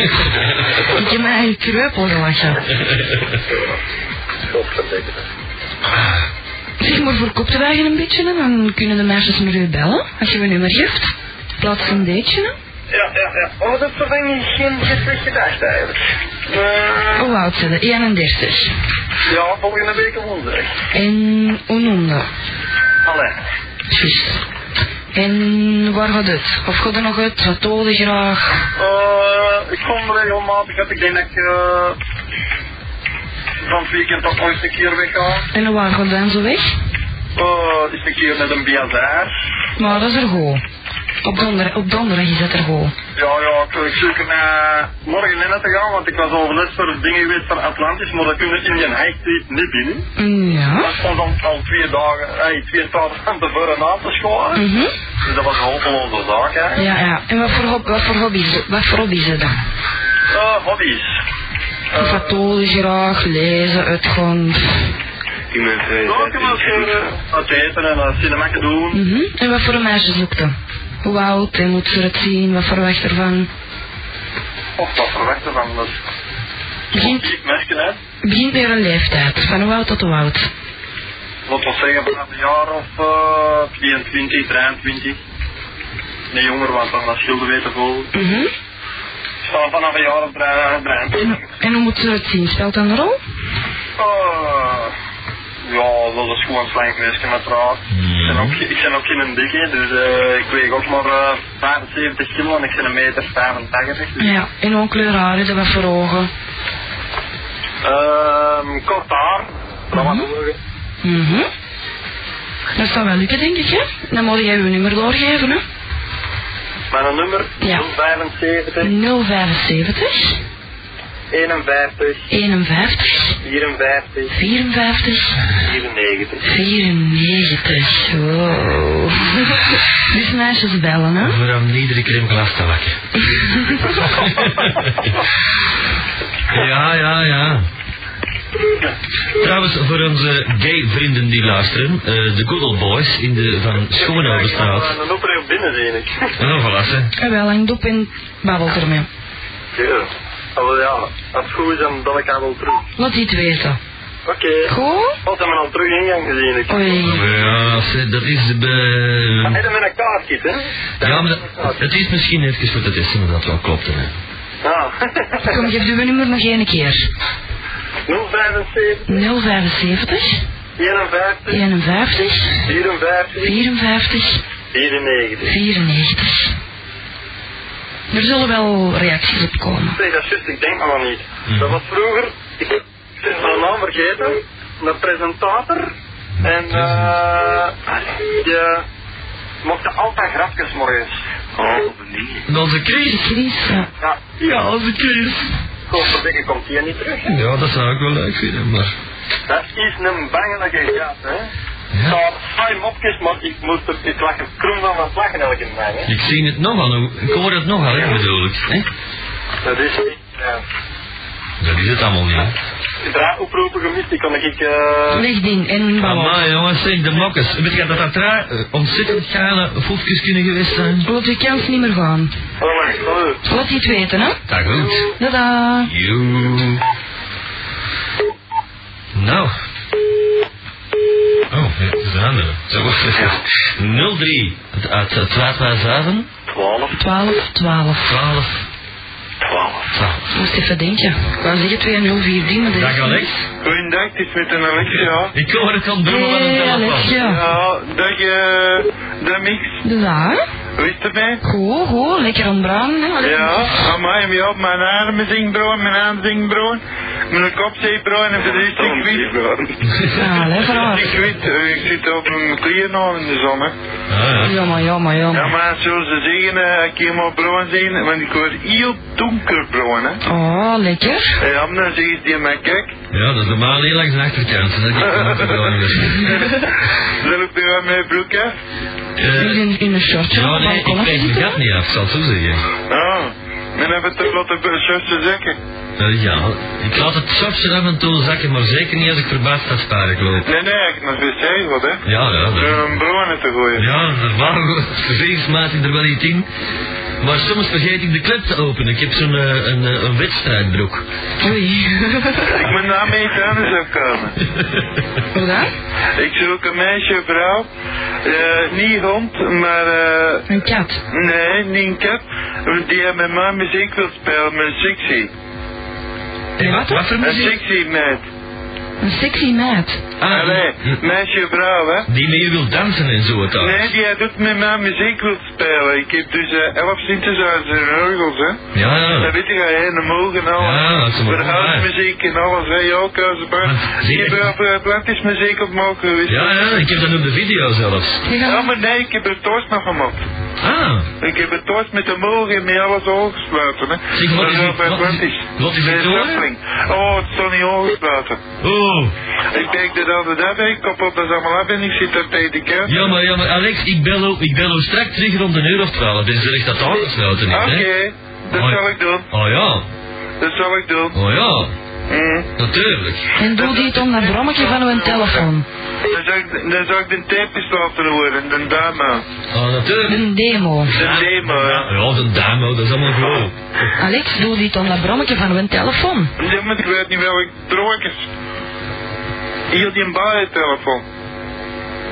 Ik heb me eigenlijk kreupel gelachen. Godverdikke. Zeg maar, verkoopt u eigen een beetje en dan kunnen de meisjes met u bellen als je een nummer geeft. Plaats een dateje. Hè? Ja, ja, ja. Oh, dat is toch eigenlijk geen gesprek gedacht eigenlijk. Uh, Hoe oud zijn ze? eenendertig. ja, volgende week op woensdag. En hoe noem dat? Allee. Juist. En waar gaat het? Of gaat er nog uit? Wat doe je graag? Uh, ik kom regelmatig uit, ik denk dat ik uh, van het weekend toch nog eens een keer wegga. En waar gaat dan zo weg? Uh, is een keer met een biazaar. Maar dat is er goed. Op donderdag, op donderdag is dat er goed. Ja, ja, ik, ik zoek er naar morgen in te gaan, want ik was overlast voor dingen geweest van Atlantis, maar dat kunnen in die high street niet binnen. Mm, ja. Dat stond al, al twee dagen, hey, twee dagen van tevoren aan te scholen. Mhm. Dus dat was een hopeloze zaak eigenlijk. Ja, ja. En wat voor, hob- wat voor hobby's, wat voor hobby's is dat? Uh, hobby's. Of wat doe je graag? Lezen, uitgaan. Iemand uh, Ja, ik kan wel scheren, uit eten en uh, cinemakken doen. Mhm. En wat voor een meisje zoekt dan? Hoe oud en moet ze het zien? Wat verwacht ervan? Of wat verwachten van dat. Begint, Ik merk het, hè. begint weer een leeftijd. Van hoe oud tot hoe oud? laten we zeggen vanaf een jaar of uh, tweeëntwintig, drieëntwintig. Nee, jonger, want dan dat schilder weten vol. Mhm. Staan vanaf een jaar of drieëntwintig. En, en hoe moet het zien? Speelt dat een rol? Uh, ja, dat is gewoon slangweesje met raar. Mm. Ik ben ook, ik ben ook geen dikke, dus uh, ik weeg ook maar uh, vijfenzeventig kilo en ik ben een meter vijfentachtig. Dus. Ja, en hoe kleur haar is dat wat voor ogen? Ehm, uh, kort haar, dat wat ogen. Mhm. Dat zou wel lukken, denk ik, hè? Dan moet jij uw nummer doorgeven, hè? Mijn nummer? Ja. nul vijfenzeventig. nul vijfenzeventig. eenenvijftig. eenenvijftig. vierenvijftig. vierenvijftig. vierennegentig. vierennegentig. Wow. Dus meisjes bellen, hè? Voor hem iedere keer een glas te lakken. Ja, ja, ja. Trouwens, voor onze gay vrienden die luisteren, uh, de Good Old Boys in de van Schoonhovenstraat. Ik ga een oproep binnen, zie ik. En voilà, hè. En wel, en dop en babbelt ermee. Ja. Oh, ja, als het goed is, dan bel ik haar wel terug. Laat die het weten. Oké. Okay. Goed? Wat hebben we al terug ingang gezien? Ik. Oei. Ja, ze- dat is de... Ga Be... je met een kaartje, hè? Ja, maar dat, het is misschien even voor te testen of dat wel klopt, hè. Ja. Kom, geef uw nummer nog één keer. nul vijfenzeventig. nul vijfenzeventig. eenenvijftig. eenenvijftig. vierenvijftig. vierenvijftig. vierennegentig. vierennegentig. Er zullen wel reacties op komen. Nee, dat is juist, ik denk maar nog niet. Mhm. Dat was vroeger, ik ben zijn naam vergeten, een presentator. En eh, je mocht altijd grapjes morgens. Oh, nee. Onze Chris. Chris, ja. Ja, Ja, onze Chris. godverdikke komt hier niet terug. Hè? Ja, dat zou ik wel leuk vinden, maar... Dat is een bangelijke gat, hè. Ja. Daar fijn mopjes, maar ik moet er, ik lag er krom van van het lachen elke dag, hè. Ik zie het nogal, ik hoor het nogal, hè, bedoel ik. Hè? Dat is niet, ja. Dat is het allemaal niet, hè. Drie oproepen gemist, die kon ik, eh... Leg in en ballon. Amai, jongens, zeg, de mokkers. Weet je dat dat daar uh, ontzettend geile voefjes kunnen geweest zijn? Laat uw kans niet meer gaan. Oh, maar, hallo. Laat die het weten, hè? Dat goed. Tada. Joe. Nou. Oh, het is een andere. Zo. nul drie. Het uit twaalf zeven. twaalf. twaalf, twaalf. twaalf. twaalf. Ik moest even denken. Ik wou zeggen twee nul vier drie, maar dat Dag is Alex. Goedendag, het is met een Alex, ja. Ik hoor het al brommen van een Hey, Alex, telefoon. ja. Ja, dag, eh, de mix. Dus daar. Hoe is het ermee? Goed, goed. Lekker aan het branden, hè? Allee. Ja, amai, ja, mijn armen zingen brood, mijn handen zingen brood, mijn kop zegt brood en voor de rest ik wit. Ja, lekker aan. Ik wit, ik zit op mijn kleren al in de zon, hè. Ah, ja. Jammer, jammer, Ja, jammer. maar zoals ze zeggen, eh, ik kan maar brood zien, want ik word heel donker brood, hè. Oh, lekker. Ja, maar dan zeggen ze mij, kijk, Ja, dat is normaal heel langs de achterkant. Dat ik kan het wel niet dan loop je wel mijn broek af. Jullie in, in een shortje Ja, op het nee, ik balkon kreeg mijn zitten? gat niet af, zal het zo zeggen. Oh, en dan heb je toch laten shortje zakken. Uh, ja, ik laat het shortje af en toe zakken, maar zeker niet als ik verbaasd sta sparen loop. Nee, nee, ik nog weer zeggen wat, hè. Ja, ja. Zo Dat, een brood in te gooien. ja, er waren vervegingsmatig er wel iets in. Maar soms vergeet ik de klep te openen. Ik heb zo'n uh, een, uh, een wedstrijdbroek. Oei. Ik moet naar mij iets anders afkomen. Hoe dan? Ik zoek een meisje, vrouw, uh, niet hond, maar uh, Een kat. nee, niet een kat, die met mij muziek wil spelen, met sexy. Een wat? Wat voor Een muziek? sexy meid. Een sexy meid. Ah, Allee, meisje, vrouw, hè. die met je wil dansen en zo het al. Nee, die doet met mij muziek wil spelen. Ik heb dus uh, elf synthesizers en orgels, hè. Ja, ja. Dat weet je, ga je in de mogen en alles. Ja, dat is voor maar de goed, housemuziek en alles, hè. Ja, kousenbar. zie Ik je- heb over Atlantis muziek op mogen geweest. Ja, ja, ik heb dat op de video zelfs. Die Ja, gaan... maar nee, ik heb er toast nog gemaakt. Ah, Ik heb het toast met de mogen en met alles ongesloten, hè. zeg, wat is Dat die, bij wat is, Atlantis. wat is Bij die de toren? Sapling. Oh, het stond niet ongesloten. Oh, Ik denk dat al de dag ben, ik kop op dat allemaal af en ik zit er tegen de kant. ja maar, ja maar Alex, ik bel, ook- ik bel ook straks terug rond een uur of twaalf. Dus zeg dat aangesloten is, Oké, hè? dat Oh, zal ik doen. Oh ja, Dat zal ik doen. oh ja, Mm. natuurlijk. En doe die het om dat brommetje van uw telefoon. Dan zou ik, dan zou ik de tapes laten horen, de dame. Oh, natuurlijk. Een demo. De demo, ja. Ja, de dame, dat is allemaal gewoon. Alex, doe die het om dat brommetje van uw telefoon. Ja, maar ik weet niet welk droog is. Heel die telefoon.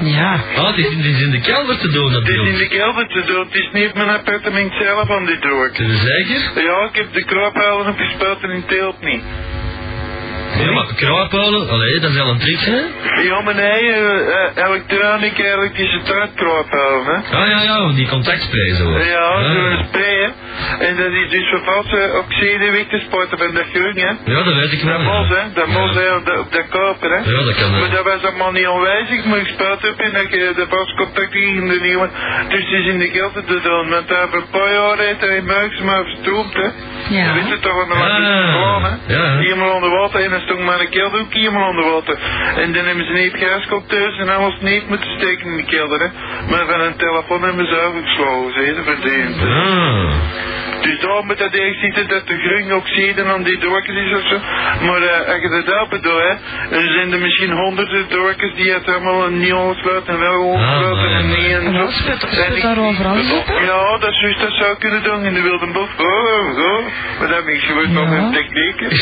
Ja. Oh, het is, het is in de kelder te doen, dat Het is in beeld. de kelder te doen, het is niet op mijn appartement zelf aan die druk. Zijn we zeker? Ja, ik heb de kroophuilen opgespeeld en in teelt niet. Ja, maar kraapholen, allee, dat is wel een trick, hè? Ja, maar nee, uh, elektronica, elektriciteit kroophuilen, hè. Ah ja, ja, die contactspray zo. Ja, Ah. zo'n spray, hè. En dat is dus vervalse oxide weg te sporten van dat groen, hè. Ja, dat weet ik wel. Dat ja. mos, hè. Dat Ja. mos, hè, op dat, op dat koper, hè. Ja, dat kan Maar wel. dat was allemaal niet aanwijzig, maar ik speelde op en dat je de vastcontact ging de nieuwe. Dus het is in de kelder te doen, want over een paar jaar heeft hij in Muiks maar verstroopt, hè. Ja. Je weet het toch, want dan was het Ah, gewoon, hè. ja. Iemand onder water en dan stond maar een kelder ook iemand onder water. En dan hebben ze niet gaskop thuis en alles niet moeten steken in de kelder, hè. Maar van een telefoon hebben ze overgeslagen, ze hebben verdiend. Ah. Dus daar moet dat echt zitten dat de groene oxide aan die dorkjes is of zo. Maar uh, als je dat open doet, hè, dan zijn er misschien honderden dorkjes die het helemaal niet ongesloten en wel ongesloten Ah, en maar- niet en En zo. wat speelt, En speelt ik- daar overal zitten? Ja, dat, is juist, dat zou kunnen doen in de wilde boef. Oh, oh, oh. Maar dat ben ik gewoon nog Ja. een techniek. Dat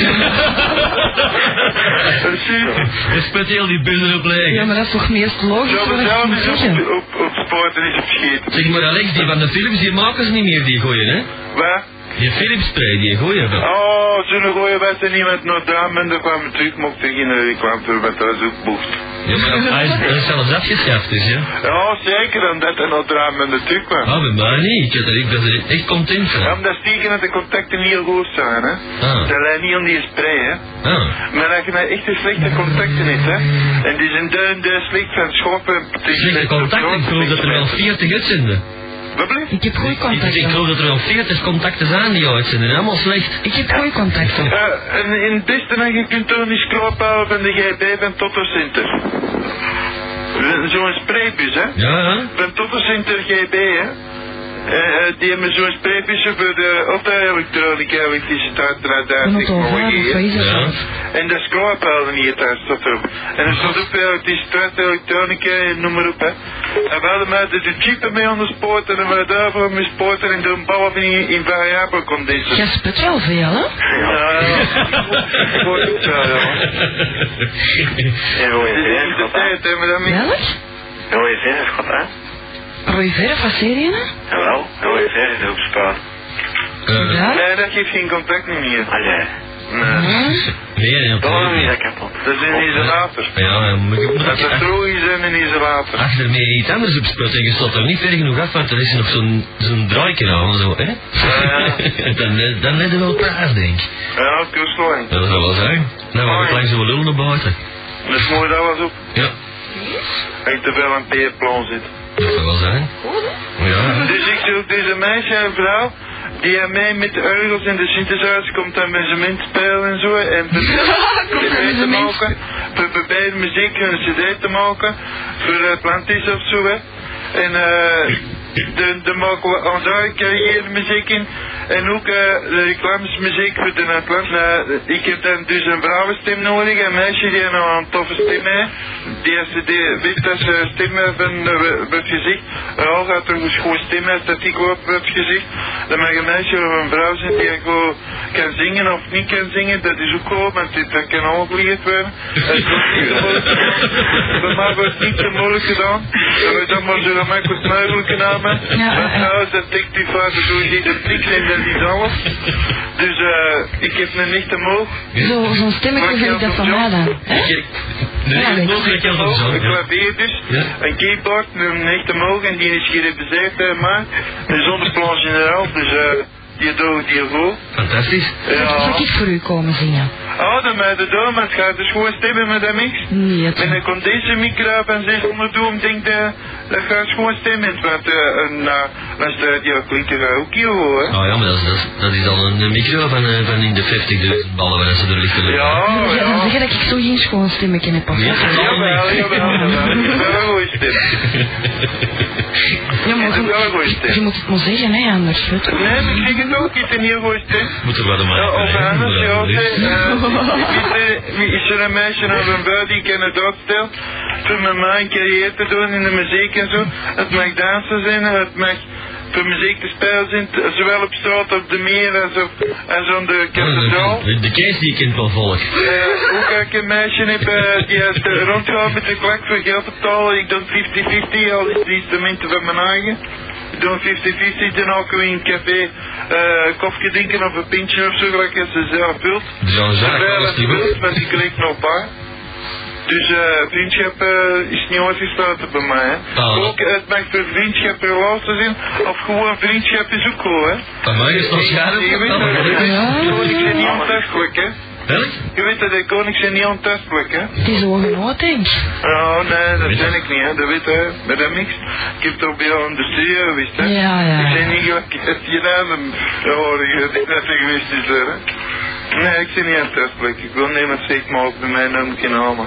is juist. Je speelt heel die billen op leggen. Ja, maar dat is toch meest logisch Zo, wat we ik zouden moet dus zeggen. op, op, op sporten is het vergeten. Zeg maar Alex, die van de films, die maken ze niet meer, die gooien, hè? Wat? Die filmspray, die gooien wel. Oh, zo'n goeie was er niet met Notre Dame en dan kwam we terug, mocht er geen die kwam terug met dat zoekbocht. Ja, maar hij is, hij is zelfs afgeschaft, dus, ja. Ja, zeker, omdat er Notre Dame en de terug kwam. Ah, bij mij niet. Ik, had er, ik ben er echt content Ja, van. omdat stiekem dat de contacten niet heel goed zijn, hè. Ah. Dat lijkt niet aan die spray, hè. Ah. Maar als je nou echt een slechte contacten hebt, hè. En die zijn duin, duin slecht van schoppen. Slechte contacten, ik geloof dat er wel veertig uitzenden. Wat blijft? Ik heb goede Ik, ik contacten. geloof dat er wel veertig contacten zijn die uitzenden, helemaal slecht. Ik heb goede contacten. Uh, en in het beste dat je kunt doen is kroophouden van de G B van Toto Center. Zo'n spraybus, hè. Ja, ja. Van Toto Center G B, hè. Uh, uh, die hebben zo'n spraybus voor de auto-elektronica, elektriciteit, Een radaar, technologie, autovaar, hè. of wat is Ja. dat? En dat is kroophouden hier, daar staat erop. En er staat ook elektriciteit, elektronica, noem maar op, hè. En we hadden maar de, de jeepen mee aan de spoort en dan we daarvoor mee sporten en doen bouwen in, in variabele condities. Jij sput wel veel, hè? Ja, ja. Ik hoor het wel, ja. En rode Dit is verf, de wat hè? tijd, hè, maar dat moet... Welk? Rode verf, wat hè? Roy Verf, wat serie, hè? Jawel, rode verf is ook spaar. Eh, Ja? Nee, dat geeft geen contact niet meer. Allee, Nee. nee, nee, daarom is nee. dat kapot. Dat is een isolator. Ja, ja, moet ik moet Dat is ach- droog is en een isolator. achter meer iets anders op speelt en je staat er niet ver genoeg af, want er is nog zo'n zo'n draaikje aan, zo, hè? Ja. dan, dan let je wel praat, denk ik. Ja, kustlijn. Dat zou wel zijn. Dan mag ik langs zo'n lul naar buiten. Dat is mooi, dat was op. Ja, Als je te veel aan P plan zit. dat zou wel zijn. Ja. Dus ik zoek deze meisje en vrouw die aan mij met de orgels en de synthesizer komt aan amusement spelen en zo. En voor cd te maken. Voor bij de muziek een cd te maken. Voor Atlantis of zo, hè. En eh... De, de maken we onze carrière muziek in. En ook uh, de reclamesmuziek voor de Atlant. Uh, ik heb dan dus een vrouwenstem nodig. Een meisje die nou een toffe stem heeft. Die als ze die weet dat ze stem van uh, wordt gezegd. Uh, gaat er een goede stem heeft dat ik ook wordt gezegd. Dan mag een meisje of een vrouw zijn die gewoon kan zingen of niet kan zingen. Dat is ook goed, want dit, dat kan ook geleerd worden. Dat is ook niet zo moeilijk gedaan. Bij mij wordt het niet zo moeilijk gedaan. Dat we dat maar zo gemakkelijk mogelijk gedaan. Ja, Maar ja. trouwens, dat tikt die vaak zo niet de prik en dat is alles. Dus eh, ik heb een nicht omhoog. Zo, zo'n stemmetje vind ik dat van mij dan. Hè? Nee, Ja, dat is mogelijk heel Omhoog, zo. een Ja. klavier dus, Ja. een keyboard, een nicht omhoog en die is gerepresenteerd uh, maar. En zonder plan generaal, dus eh, die doet die goed. Fantastisch. Ja. Zou ik voor u komen zingen? Oh, dan met de dom, het gaat dus gewoon stemmen met dat mix. Nee, het Met een condensermicro van zeshonderd ohm, denk dat dat gaat gewoon stemmen. Want uh, nou, als de, ja, klinkt er ook heel goed, hè. Oh ja, maar dat is, dat is, dat is al een micro van, uh, van in de vijftigduizend ballen waar ze er liggen. Ja, Ja, dan ja. zeggen dat ik zo geen schoon stemmetje heb. Of Ja. wat? Jawel, jawel, jawel. Ik heb wel een goeie stem. Ja, maar Ik heb wel een goeie je, je stem. moet het maar zeggen, hè, anders. Weet je. Nee, maar ik zeg het ook, ik heb een heel goeie stem. Moet er wel een Ja, maken. of hè, anders, moet ja, dat zeg, wel eens. eh, is er een meisje of een vrouw die ik in het uitstel voor met mij een carrière te doen in de muziek en zo. Het mag dansen zijn, het mag voor muziek te spelen zijn, zowel op straat, op de meer als op, als aan de kathedraal. De, de kees die ik in wel volg. Uh, ook als ik een meisje heb uh, die uit uh, rondgaat met de klak voor geld te betalen, ik doe vijftig vijftig, al is de instrumenten van mijn eigen. Ik doe vijftig vijftig, dan ook in een café uh, koffie drinken of een pintje of zo, gelijk als ze zelf vult. Zowel als ze vult, want ik kreeg nog een paar. Dus uh, vriendschap uh, is niet uitgesloten bij mij. Hè. Ah, ook, het mag voor vriendschap relatie zijn, of gewoon vriendschap is ook cool, hè. Bij mij is het nog scherp. Je weet dat, ik ben niet ontastelijk, hè. Welk? Je weet dat de koning zijn niet ontastelijk, hè. Het is ongenoot, denk ik. Oh, nee, dat ben ik niet, hè. Dat weet je, met dat niks. Ik heb toch bij jou in de studie geweest, hè. Ja, ja. Ik ben niet gelijk, ik heb gedaan, dan hoor ik dat ik net geweest is, hè. Nee, ik ben niet ontastelijk. Ik wil niemand zeker maken bij mij naam geen namen.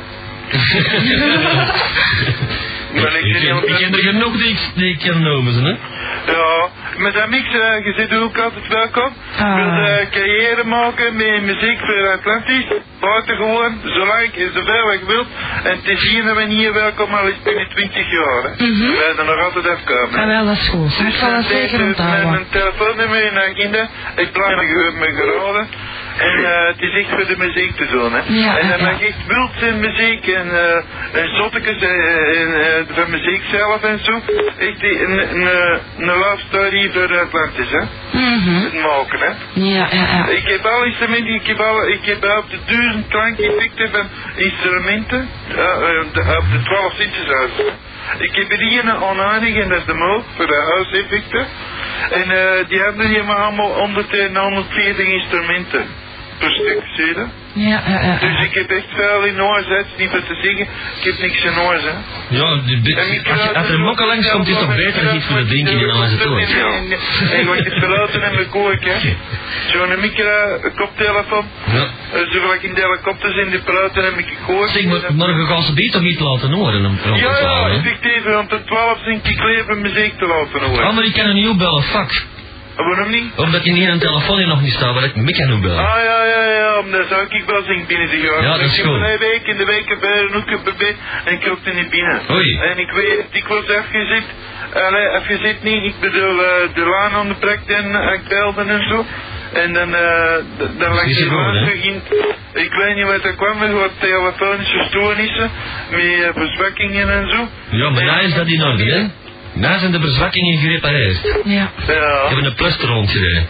Maar ik, ik, ik, ik ken er genoeg die ik, die ik kan noemen, hè? Ja, met dat mix, uh, je zit ook altijd welkom. Ah. Wil uh, carrière maken met muziek voor Atlantis. Buiten gewoon, zolang en zoveel ik wilt. En het is hier en hier welkom, al is het binnen twintig jaar. Hè. Mm-hmm. We gaan er nog altijd afkomen. Ah, wel, dat is goed. Ik zal dat zeker onthouden. Mijn telefoonnummer in agenda. Ik plan me geraden. En uh, het is echt voor de muziek te doen, hè. Ja, en dan ja. mag echt wild zijn muziek en, uh, en zottekes en, en uh, van muziek zelf en zo. Echt die, een, een, een love story voor Atlantis, hè. Mhm. Het maken, hè. Ja, ja, ja. Ik heb al instrumenten, ik heb al, ik heb op de duizend klankeffecten van instrumenten, uh, uh, de, op de twaalf synthesizers. Ik heb er hier oneindig en dat is de moog voor de huiseffecten. En uh, die hebben hier maar allemaal honderd en honderdveertig instrumenten per stuk, zie je dat? Ja, ja, ja. Dus ik heb echt veel in oors, het is niet wat te zeggen, ik heb niks in oors, hè. Ja, die, die, als, je, als er een mokken langs komt, is het toch beter dan iets voor de drinken in aan het ooit. En ik word het verlaten in mijn koek, hè. Zo'n micro, een koptelefoon. Ja. Zo gelijk in de helikopters in de praten en ik kook. Zeg, maar morgen gaan ze beter toch niet laten horen om rond Ja, te ja, twaalf, hè? effectief, rond de twaalf zink ik leven muziek te laten horen. Ah, maar ik kan er niet opbellen, fuck. Waarom niet? Omdat je niet aan de telefoon hier nog niet staat, waar ik me kan opbellen. Ah ja, ja, ja, omdat zou ik wel zingen binnen de jaar. Ja, dat is ik goed. heb een week in de week bij een hoekje bij en ik ook er niet binnen. Oei. En ik weet, ik was afgezet, allee, afgezet niet, ik bedoel uh, de laan aan de project en uh, ik belde en zo. En dan, uh, d- dan lag is die het gewoon, laan hè? terug in, ik weet niet wat er kwam, maar wat telefonische stoornissen, met uh, verzwakkingen en zo. Ja, maar daar is dat in orde, hè? Daar zijn de verzwakkingen gerepareerd. Ja. Ja. Ik heb een pluster rondgereden.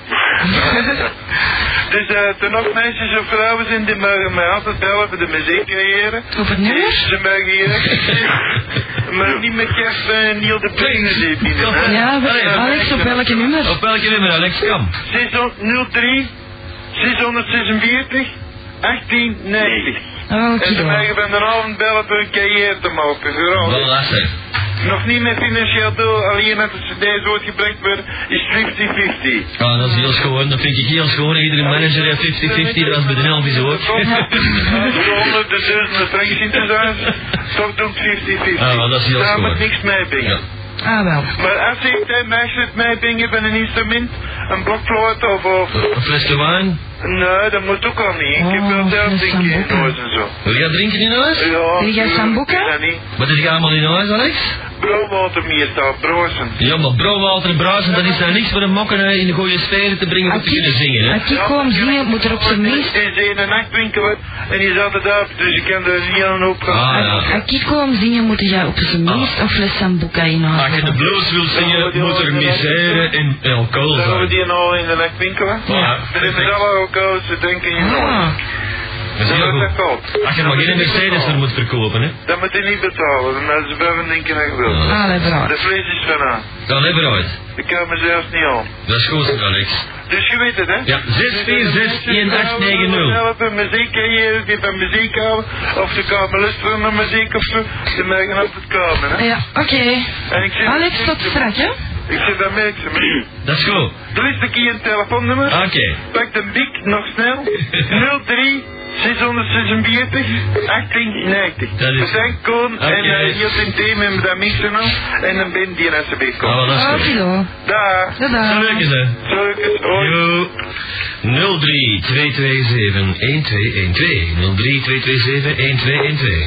Dus uh, er nog meisjes of vrouwen zijn die mogen mij altijd bellen voor de muziekcarrière. Op het nummer? Ze mogen hier maar niet met kerst bij Neil de Plenen die binnen. hè. Ja, wel, Alex, op welke nummer? Op welke nummer, Alex? Kam. nul drie zeshonderdzesenveertig achttien negentig. Oh, En ze oké. mogen van de avond bellen voor een carrière te maken. Vooral. Wel, laat zijn. Nog niet met financieel doel, alleen dat de cd's uitgebracht worden, is vijftig vijftig. Ah, dat is heel schoon. Dat vind ik heel schoon. Iedere manager heeft vijftig vijftig, dat is bij de Elvis ook. De honderd, de duizenden frank synthesizers, toch doet vijftig vijftig. Ah, wel, dat is heel Daar schoon. moet niks mee brengen. Ja. Ah, wel. Maar als ik een meisje het meebrengen van een instrument, een blokfluit of, of... Een flesje wijn. Nee, dat moet ook al niet. Ik heb Oh, wel zelf een drinken in sambuca. huis en zo. Wil jij drinken in huis? Ja. Wil jij sambuca? Dat niet. Wat is er allemaal in huis, Alex? Broodwater meestal, brozen. Ja, maar brouwwater en bruisen, dat is daar niks voor een mokken in de goede sfeer te brengen om te kunnen zingen, hè? Als ik kom zingen, moet er op zijn minst... Er is een nachtwinkel en die is altijd af, dus ik kan er niet aan opgaan. Ah, ja. Als ik kom zingen, moet je op zijn minst een fles sambuca in huis Als je de hebben. blues wilt zingen, moet er misère en alcohol Dan hebben we zijn. die nou in de nachtwinkel. Ja. Dan hebben ze alle alcohol, ze denken in je Ah, Dat is Dat heel is goed. koud. Als je maar geen Mercedes er moet verkopen, hè? Dat moet je niet betalen, dan hebben ze boven denken dat je wil. Ja. allee, bro. De vlees is vanaf. Dan hebben we het. Ik kan me zelfs niet aan. Dat is goed, Alex. Dus je weet het, hè? Ja, zes vier zes een acht negen nul. Helpen, muziekcarrière, die van muziek houden, of ze komen luisteren naar muziek of zo, ze mogen altijd komen, hè? Ja, oké. En ik zit, Alex, tot straks, hè? ik zit daar mee, ik zeg, Dat is goed. er is een keer een telefoonnummer, Oké. pak de bik nog snel, nul drie zeshonderdzesenveertig achttien negentig. Dat is- Bedankt, Koen, Oké. en uh, hier zijn thema met dat mixen nog, en dan ben die als ze bij Ah, komt. wel, dat is goed. Oké, dan. Daar. Tada. Zo leuk is hè. Zo, hoi. Jo. nul drie twee twee zeven een twee een twee. nul drie twee twee zeven een twee een twee.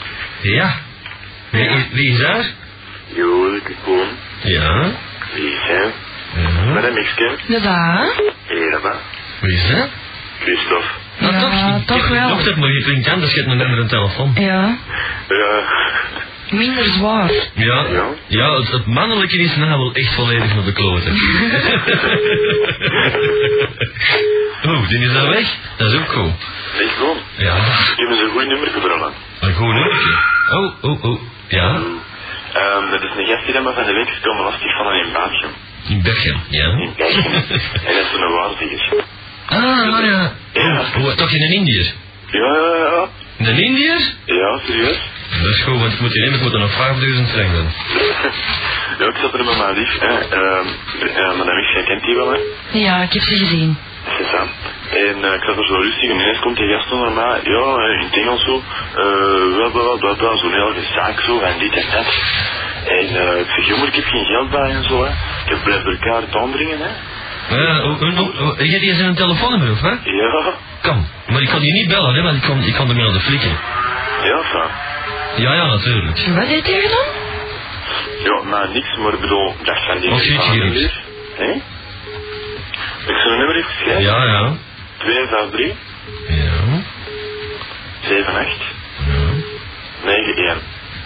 Ja. Wie, is- wie is daar? Jo, ik kom. Ja. Wie is hij? Met een mixken. Ja, daar. Hé, dat maar. Wie is dat? Christophe. Nou, Ja, toch, toch je, wel. Nog dat, maar je klinkt anders, je hebt een andere telefoon. Ja. Ja. Minder zwaar. Ja, Ja. ja het, het mannelijke is nou wel echt volledig naar de kloten. Oeh, die is nou weg. Dat is ook cool. Zeg gewoon. Ja, Ik heb eens een goed nummer gevonden. een goed nummertje. Oh, oh, oh. Ja, Um, dat is een gast die me van de week is komen lastig van in België. in Bergen, ja. In België. En dat is een waarzegger. Ah, maar ja. Ja. Oh, toch in een Indiër? Ja, ja, ja. Een Indiër? Ja, serieus. Dat is goed, want ik moet hier ik moet er nog vijfduizend frank doen. Ja, ik zat er met mijn lief, hè. Um, uh, Madame X, jij kent die wel, hè. Ja, ik heb ze gezien. C'est ça. En uh, ik zat er zo rustig en ineens komt die gast onder mij, ja, in het Engels zo, uh, bla bla bla bla, zo'n hele zaak zo, en dit en dat. En uh, ik zeg, jongen, ik heb geen geld bij en zo, hè. Ik heb blijf bij elkaar het aandringen, hè. Ja, oh, oh, oh, oh, jij die is een telefoonnummer, of hè? Ja, Kan. Maar ik kan die niet bellen, hè, want ik kan, ik kan ermee aan de flikken. ja, ça. Ja, ja, natuurlijk. Wat heeft hij gedaan? Ja, maar niks, maar ik bedoel, ik dacht van die Of zoiets van gericht. weer. Hé? Ik zo'n nummer heeft geschreven. Ja, ja. twee vijf drie, Ja. zeven acht, Ja. negen één.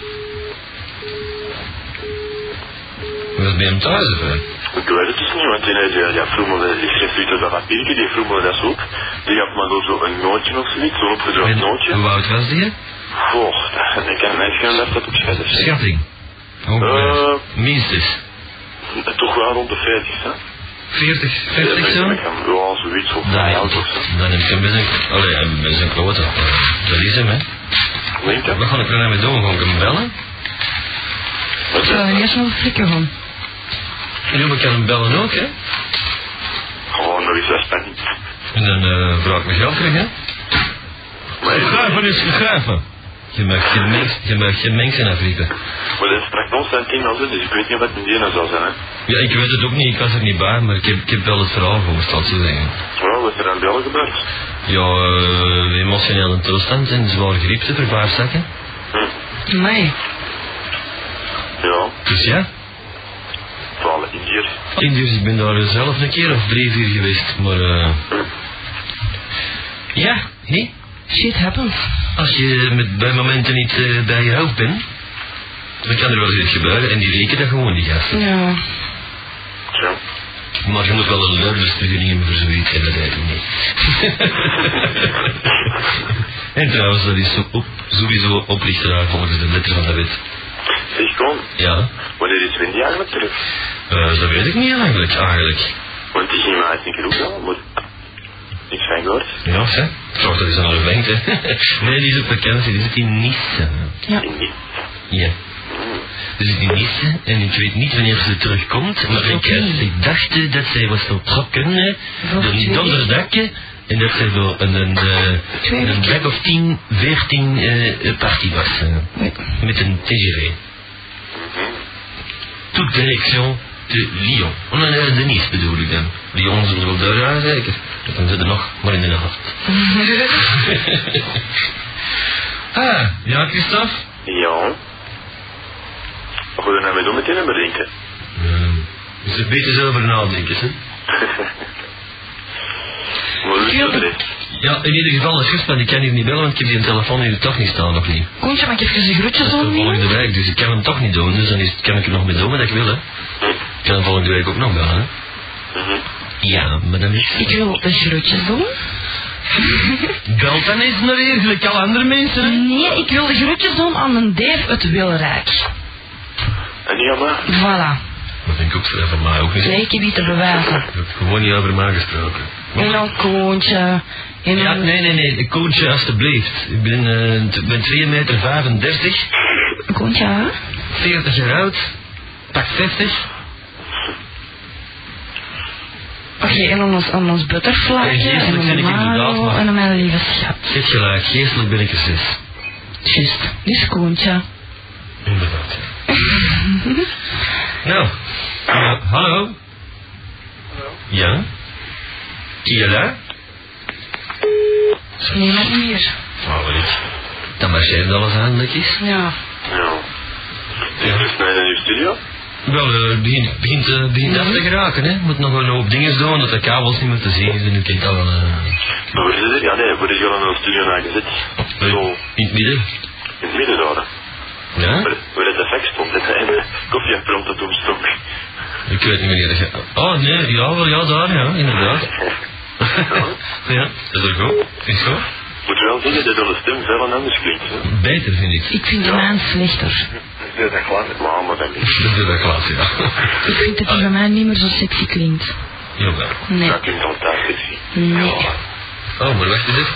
Was bij hem thuis, of hè? Ik weet het dus niet, want die, die, die vroeg me, ik schreef zoiets op dat papiertje, die vroeg me dat zo ook. Die gaf me door zo een nootje of zoiets, zo'n opgedrukt En nootje. hoe oud was die? Goh, dat, ik kan mijn scherm dat op schatten. Schatting. Ongeveer. Minstens. Uh, toch wel rond de veertig, hè? veertig, vijftig zo? Ik kan wel zoiets op Dan mijn neemt auto of zo. dan neemt hij best een... Allee, hij is een klote. Dat is hem, hè. Denk je? We gaan er naar mee doen, gewoon hem bellen. Wat Ik is zou er dat? eerst nog flikken van. En we kunnen hem bellen ook, hè. Gewoon nog eens wat spanning. En dan uh, vraag ik me geld terug, hè. Maar Schuiven is schuiven. Je mag geen mens, je mag geen mensen afriepen. Maar dat is straks ons zijn tien als het, dus ik weet niet wat een dieren zal zijn, hè. Ja, ik weet het ook niet, ik was er niet bij, maar ik heb, ik heb wel het verhaal gehoord, zal ik zo zeggen. Wel, wat is er aan Bellen gebeurd? Ja, uh, emotionele toestand en zwaar griep te verbaarzakken. Hm. Amai. Ja, Dus ja, vooral Indiër. Indiërs, ik ben daar zelf een keer of drie, vier geweest, maar eh... Hm. ja, nee. Shit happens. Als je met, bij momenten niet uh, bij je hoofd bent, dan kan er wel eens iets gebeuren en die rekenen dat gewoon, die gasten. Ja. Tja. Maar je moet wel een leurversturing hebben voor zoiets en dat weet ik niet. En trouwens, dat is zo op, sowieso oplichteraar volgens de letter van de wet. Zeg, kom, Ja, wanneer is Wendy eigenlijk terug? uh, dat weet ik niet eigenlijk, eigenlijk. Want die ging mij eens een keer opbellen, maar niks van gehoord. Ja, hè? Zorg dat is aan de wenk, hè. Nee, die is op vakantie, die zit in Nice. Ja. In die. Ja. Die zit in Nice en ik weet niet wanneer ze terugkomt, maar ik, uh, ik dacht uh, dat zij was vertrokken, uh, Voor door een twee donderdagje, en dat zij door een, een, uh, Twee een weken. dag of tien, veertien uh, party was, uh, Nee. met een T G V. Toute direction de Lyon. Oh, nee, nee, de Nice bedoel ik dan. Lyon zullen we wel daar zeker. Dan zit er nog, maar in de nacht. Ah, ja, Christophe? Ja. Wat wil je nou mee doen met die nummer, denk je? Uh, is er beter zo over nadenken, hè? Maar hoe is het er is? Ja, in ieder geval, dat is maar ik kan hier niet bellen, want ik heb die telefoon hier toch niet staan, nog niet. Koentje, mag ik even de groetjes Dat is doen? de volgende week, dus ik kan hem toch niet doen, dus dan is, kan ik er nog mee doen wat ik wil, hè. Ik kan hem volgende week ook nog bellen, hè. Mhm. Ja, maar dan is... Ik wil de groetjes doen. Belt dan eens naar hier, gelijk al andere mensen, hè. Nee, ik wil de groetjes doen aan een Dave het Wilrijk. En niet aan mij? Voilà. Dat vind ik ook voor van mij ook niet. Nee, ik heb iets te bewijzen. Ik heb gewoon niet over mij gesproken. En dan Koontje. En Ja, dan... nee, nee, nee, Koontje, alstublieft. Ik ben, uh, ik ben twee meter vijfendertig, Koontje, hè? veertig jaar oud, pak zestig. Oké, en dan ons, aan ons butterfly. En geestelijk En ben ik dan inderdaad, Mario maar- en dan mijn lieve schat. Zet gelijk, geestelijk ben ik er zes. Juist, dus Koontje. Inderdaad. Nou, uh, hallo? Ja? Qui est là? Niemand meer. Oh, weet ik. Dan marcheert alles eindelijk is. Ja. Ja. Is er snel in uw studio? Wel, het begint, begint, uh, begint af te geraken, hè. Moet nog een hoop dingen doen, dat de kabels niet meer te zien zijn. Nu kijk al een... Uh... Maar waar zit er? Ja, nee, waar is jullie een studio naar gezet? Zo... In het midden. In het midden daar, hè? Ja? Waar, waar het effect stond, hè? En de koffieapparaat dat toen stonk. Ik weet niet wanneer dat... Oh, nee, ja, wel, ja, daar, ja, inderdaad. Ja, dat is er goed. Is goed. Moet je wel zeggen dat de stem veel anders klinkt, hè? Beter, vind ik. Ik vind de maan slechter. Dat is dat glas, maar maar dat niet. Dat is dat glas, ja. Ik vind dat die van mij niet meer zo sexy klinkt. Jawel. Nee. Dat klinkt fantastisch. Nee. Oh, maar wacht eens even.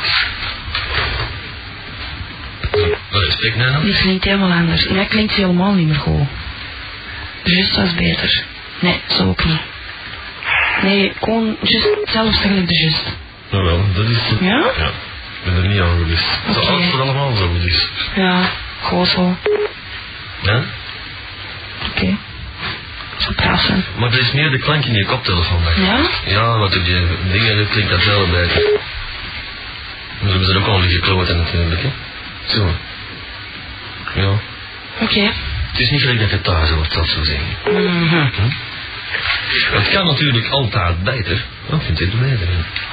Wat is het nou? Die klinkt helemaal anders. En dat klinkt helemaal niet meer goed. Just was beter. Nee, zo ook niet. Nee, gewoon just hetzelfde gelijk de just. Nou wel, dat is het. Ja? Ja. Ik ben er niet aan geweest. Oké. Zoals het allemaal zo goed is. Ja, gewoon zo. Ja? Oké. Okay. Zo praten. Maar dat is meer de klank in je koptelefoon. Ja? Ja, wat op die dingen dat klinkt dat wel beter. Maar ze hebben er ook al liggen kloten natuurlijk, hè. Zo. Ja. Oké. Okay. Het is niet gelijk dat het thuis wordt, dat zo zeggen. Mm-hmm. Hm? Het kan natuurlijk altijd beter. Oh, ik vind het beter.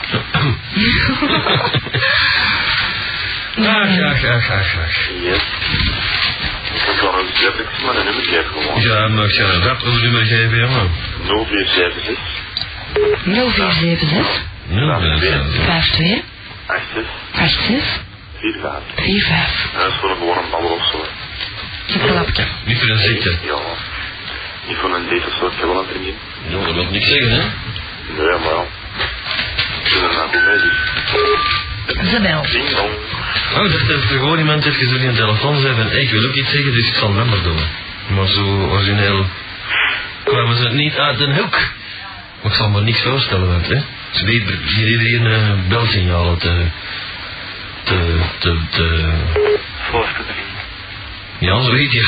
Ach, ach, ach, ach, ach. Yes. Ik kan nog eens even maar een nummer geven gewoon. Ja, mag je een rap over nummer geven, jongen? nul vier zeven zes. nul vier zeven zes. nul vier zeven zes. vijf twee. acht zes. acht zes. vier vijf. vier vijf. Dat is voor een gewone babbel of zo. Een klapje. Niet voor een ziekte. Ja. Niet voor een date of zo, ik heb wel een vriendin. Ja, dat wil niks zeggen, hè? Nee, maar ja. Ik vind er nou goed mee, dus. Isabel. Ding dong. Oh, dat is er gewoon iemand heeft zo in een telefoon zei van, hey, ik wil ook iets zeggen, dus ik zal het nummer doen. Maar zo origineel kwamen ze niet uit den hoek. Maar ik zal me niks voorstellen, want, hè. Ze weten hier iedereen een belsignaal te... te... te... te... Voorste drie. Ja, zo weet je.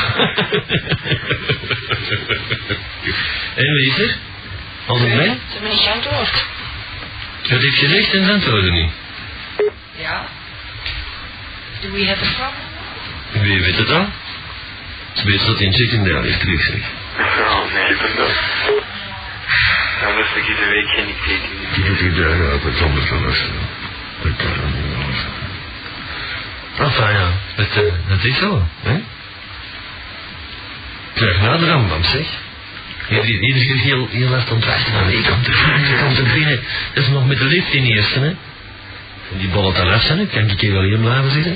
En wie is er? Al de blij? Ze hebben niet geantwoord. Wat heb je gezegd en ze antwoorden niet? Ja. Do we have a problem? Wie weet het al? Ze weet dat in secundair is terug, zeg. Oh, nee, ik ben dat. Dan moest ik iedere week geen teken. Dat ik daar uit het anders van was. Dat kan dan niet wel zijn. Enfin ja, het, uh, het is zo, hè? Krijg na de rambam, zeg. Iedereen is heel, heel hard ontwachten aan die kant. Je komt er binnen, dat is nog met de lift in eerste, hè? En die bollet al af zijn, hè? Kan ik hier wel hier blijven zitten?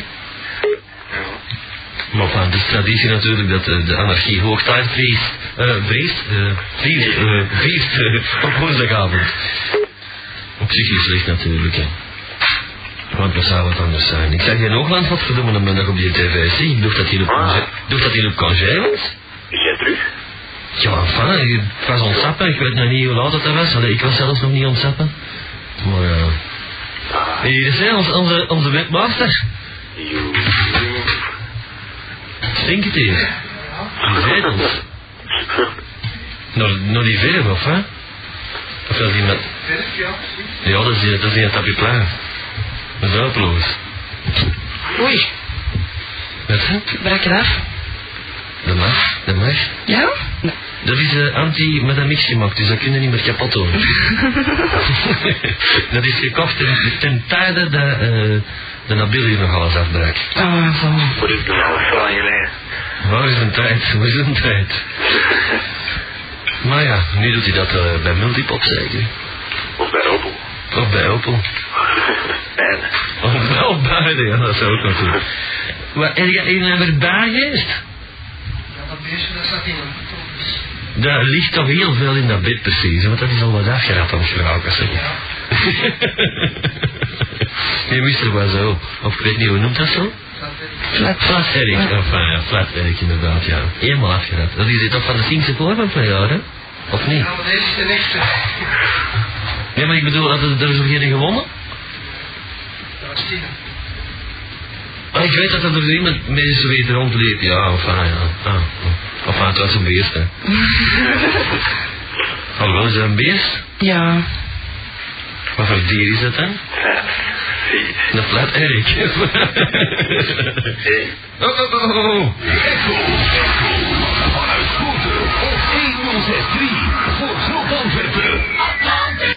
Maar enfin, het is traditie natuurlijk dat uh, de anarchie hoogtijd vriest, uh, vriest, uh, vriest, uh, vriest uh, op woensdagavond. Op zich is slecht natuurlijk, hè. Want wat zou het anders zijn? Ik zeg je nog land wat verdomme een middag op die tv zie. Ik dacht dat hij op congé, dacht dat hij op congé was. Is jij terug? Ja, enfin, het was ontsappen. Ik weet nog niet hoe laat het was. Allee, ik was zelfs nog niet ontsappen. Maar ja. Uh, hier is hij, onze, onze, onze wetmaster. Stink het hier? Die zetels. Naar, naar die verf, of hè? Of dat is die met... Ja, dat is die, dat is die een tapiplein. Dat is hopeloos. Oei. Wat hè? Brak het af. Dat mag, dat mag. Ja? Nee. Dat is uh, anti met een mix gemaakt, dus dat kun je niet meer kapot doen. Dat is gekocht ten, ten tijde dat uh, de Nabil nog alles afbrak. Ah, zo. Wat is het nou? Zo lang geleden. Waar is een tijd? Waar is een tijd? Maar ja, nu doet hij dat uh, bij Multipop zeker. Of bij Opel. Of bij Opel. En? Of wel beide, ja, dat zou ook natuurlijk. Wat, heb je een erbij geweest? Ja, dat beestje dat staat in een Daar ligt toch heel veel in dat bed precies, want dat is al wat afgeraad aan het geraken, zeg. Ja. Je wist er wel zo. Of ik weet niet, hoe noemt dat zo? Flat, flat Erik, enfin ja, flat Erik inderdaad, ja. Helemaal afgeraad. Dat is dit toch van de Tienste voor van twee jaar, hè? Of niet? Ja, maar deze is de echte. Nee, maar ik bedoel, had er, er is nog geen gewonnen? Dat was tien. Ah, ik weet dat er iemand mee zo weer rondleeft, ja, enfin ja. Ah, enfin, het was een beest, hè. Hallo, is dat een beest? Ja. Wat voor dier is dat dan? Een flat Erik. Oh, oh, oh, oh. Vanuit Grote of een nul zes drie voor Groot Antwerpen.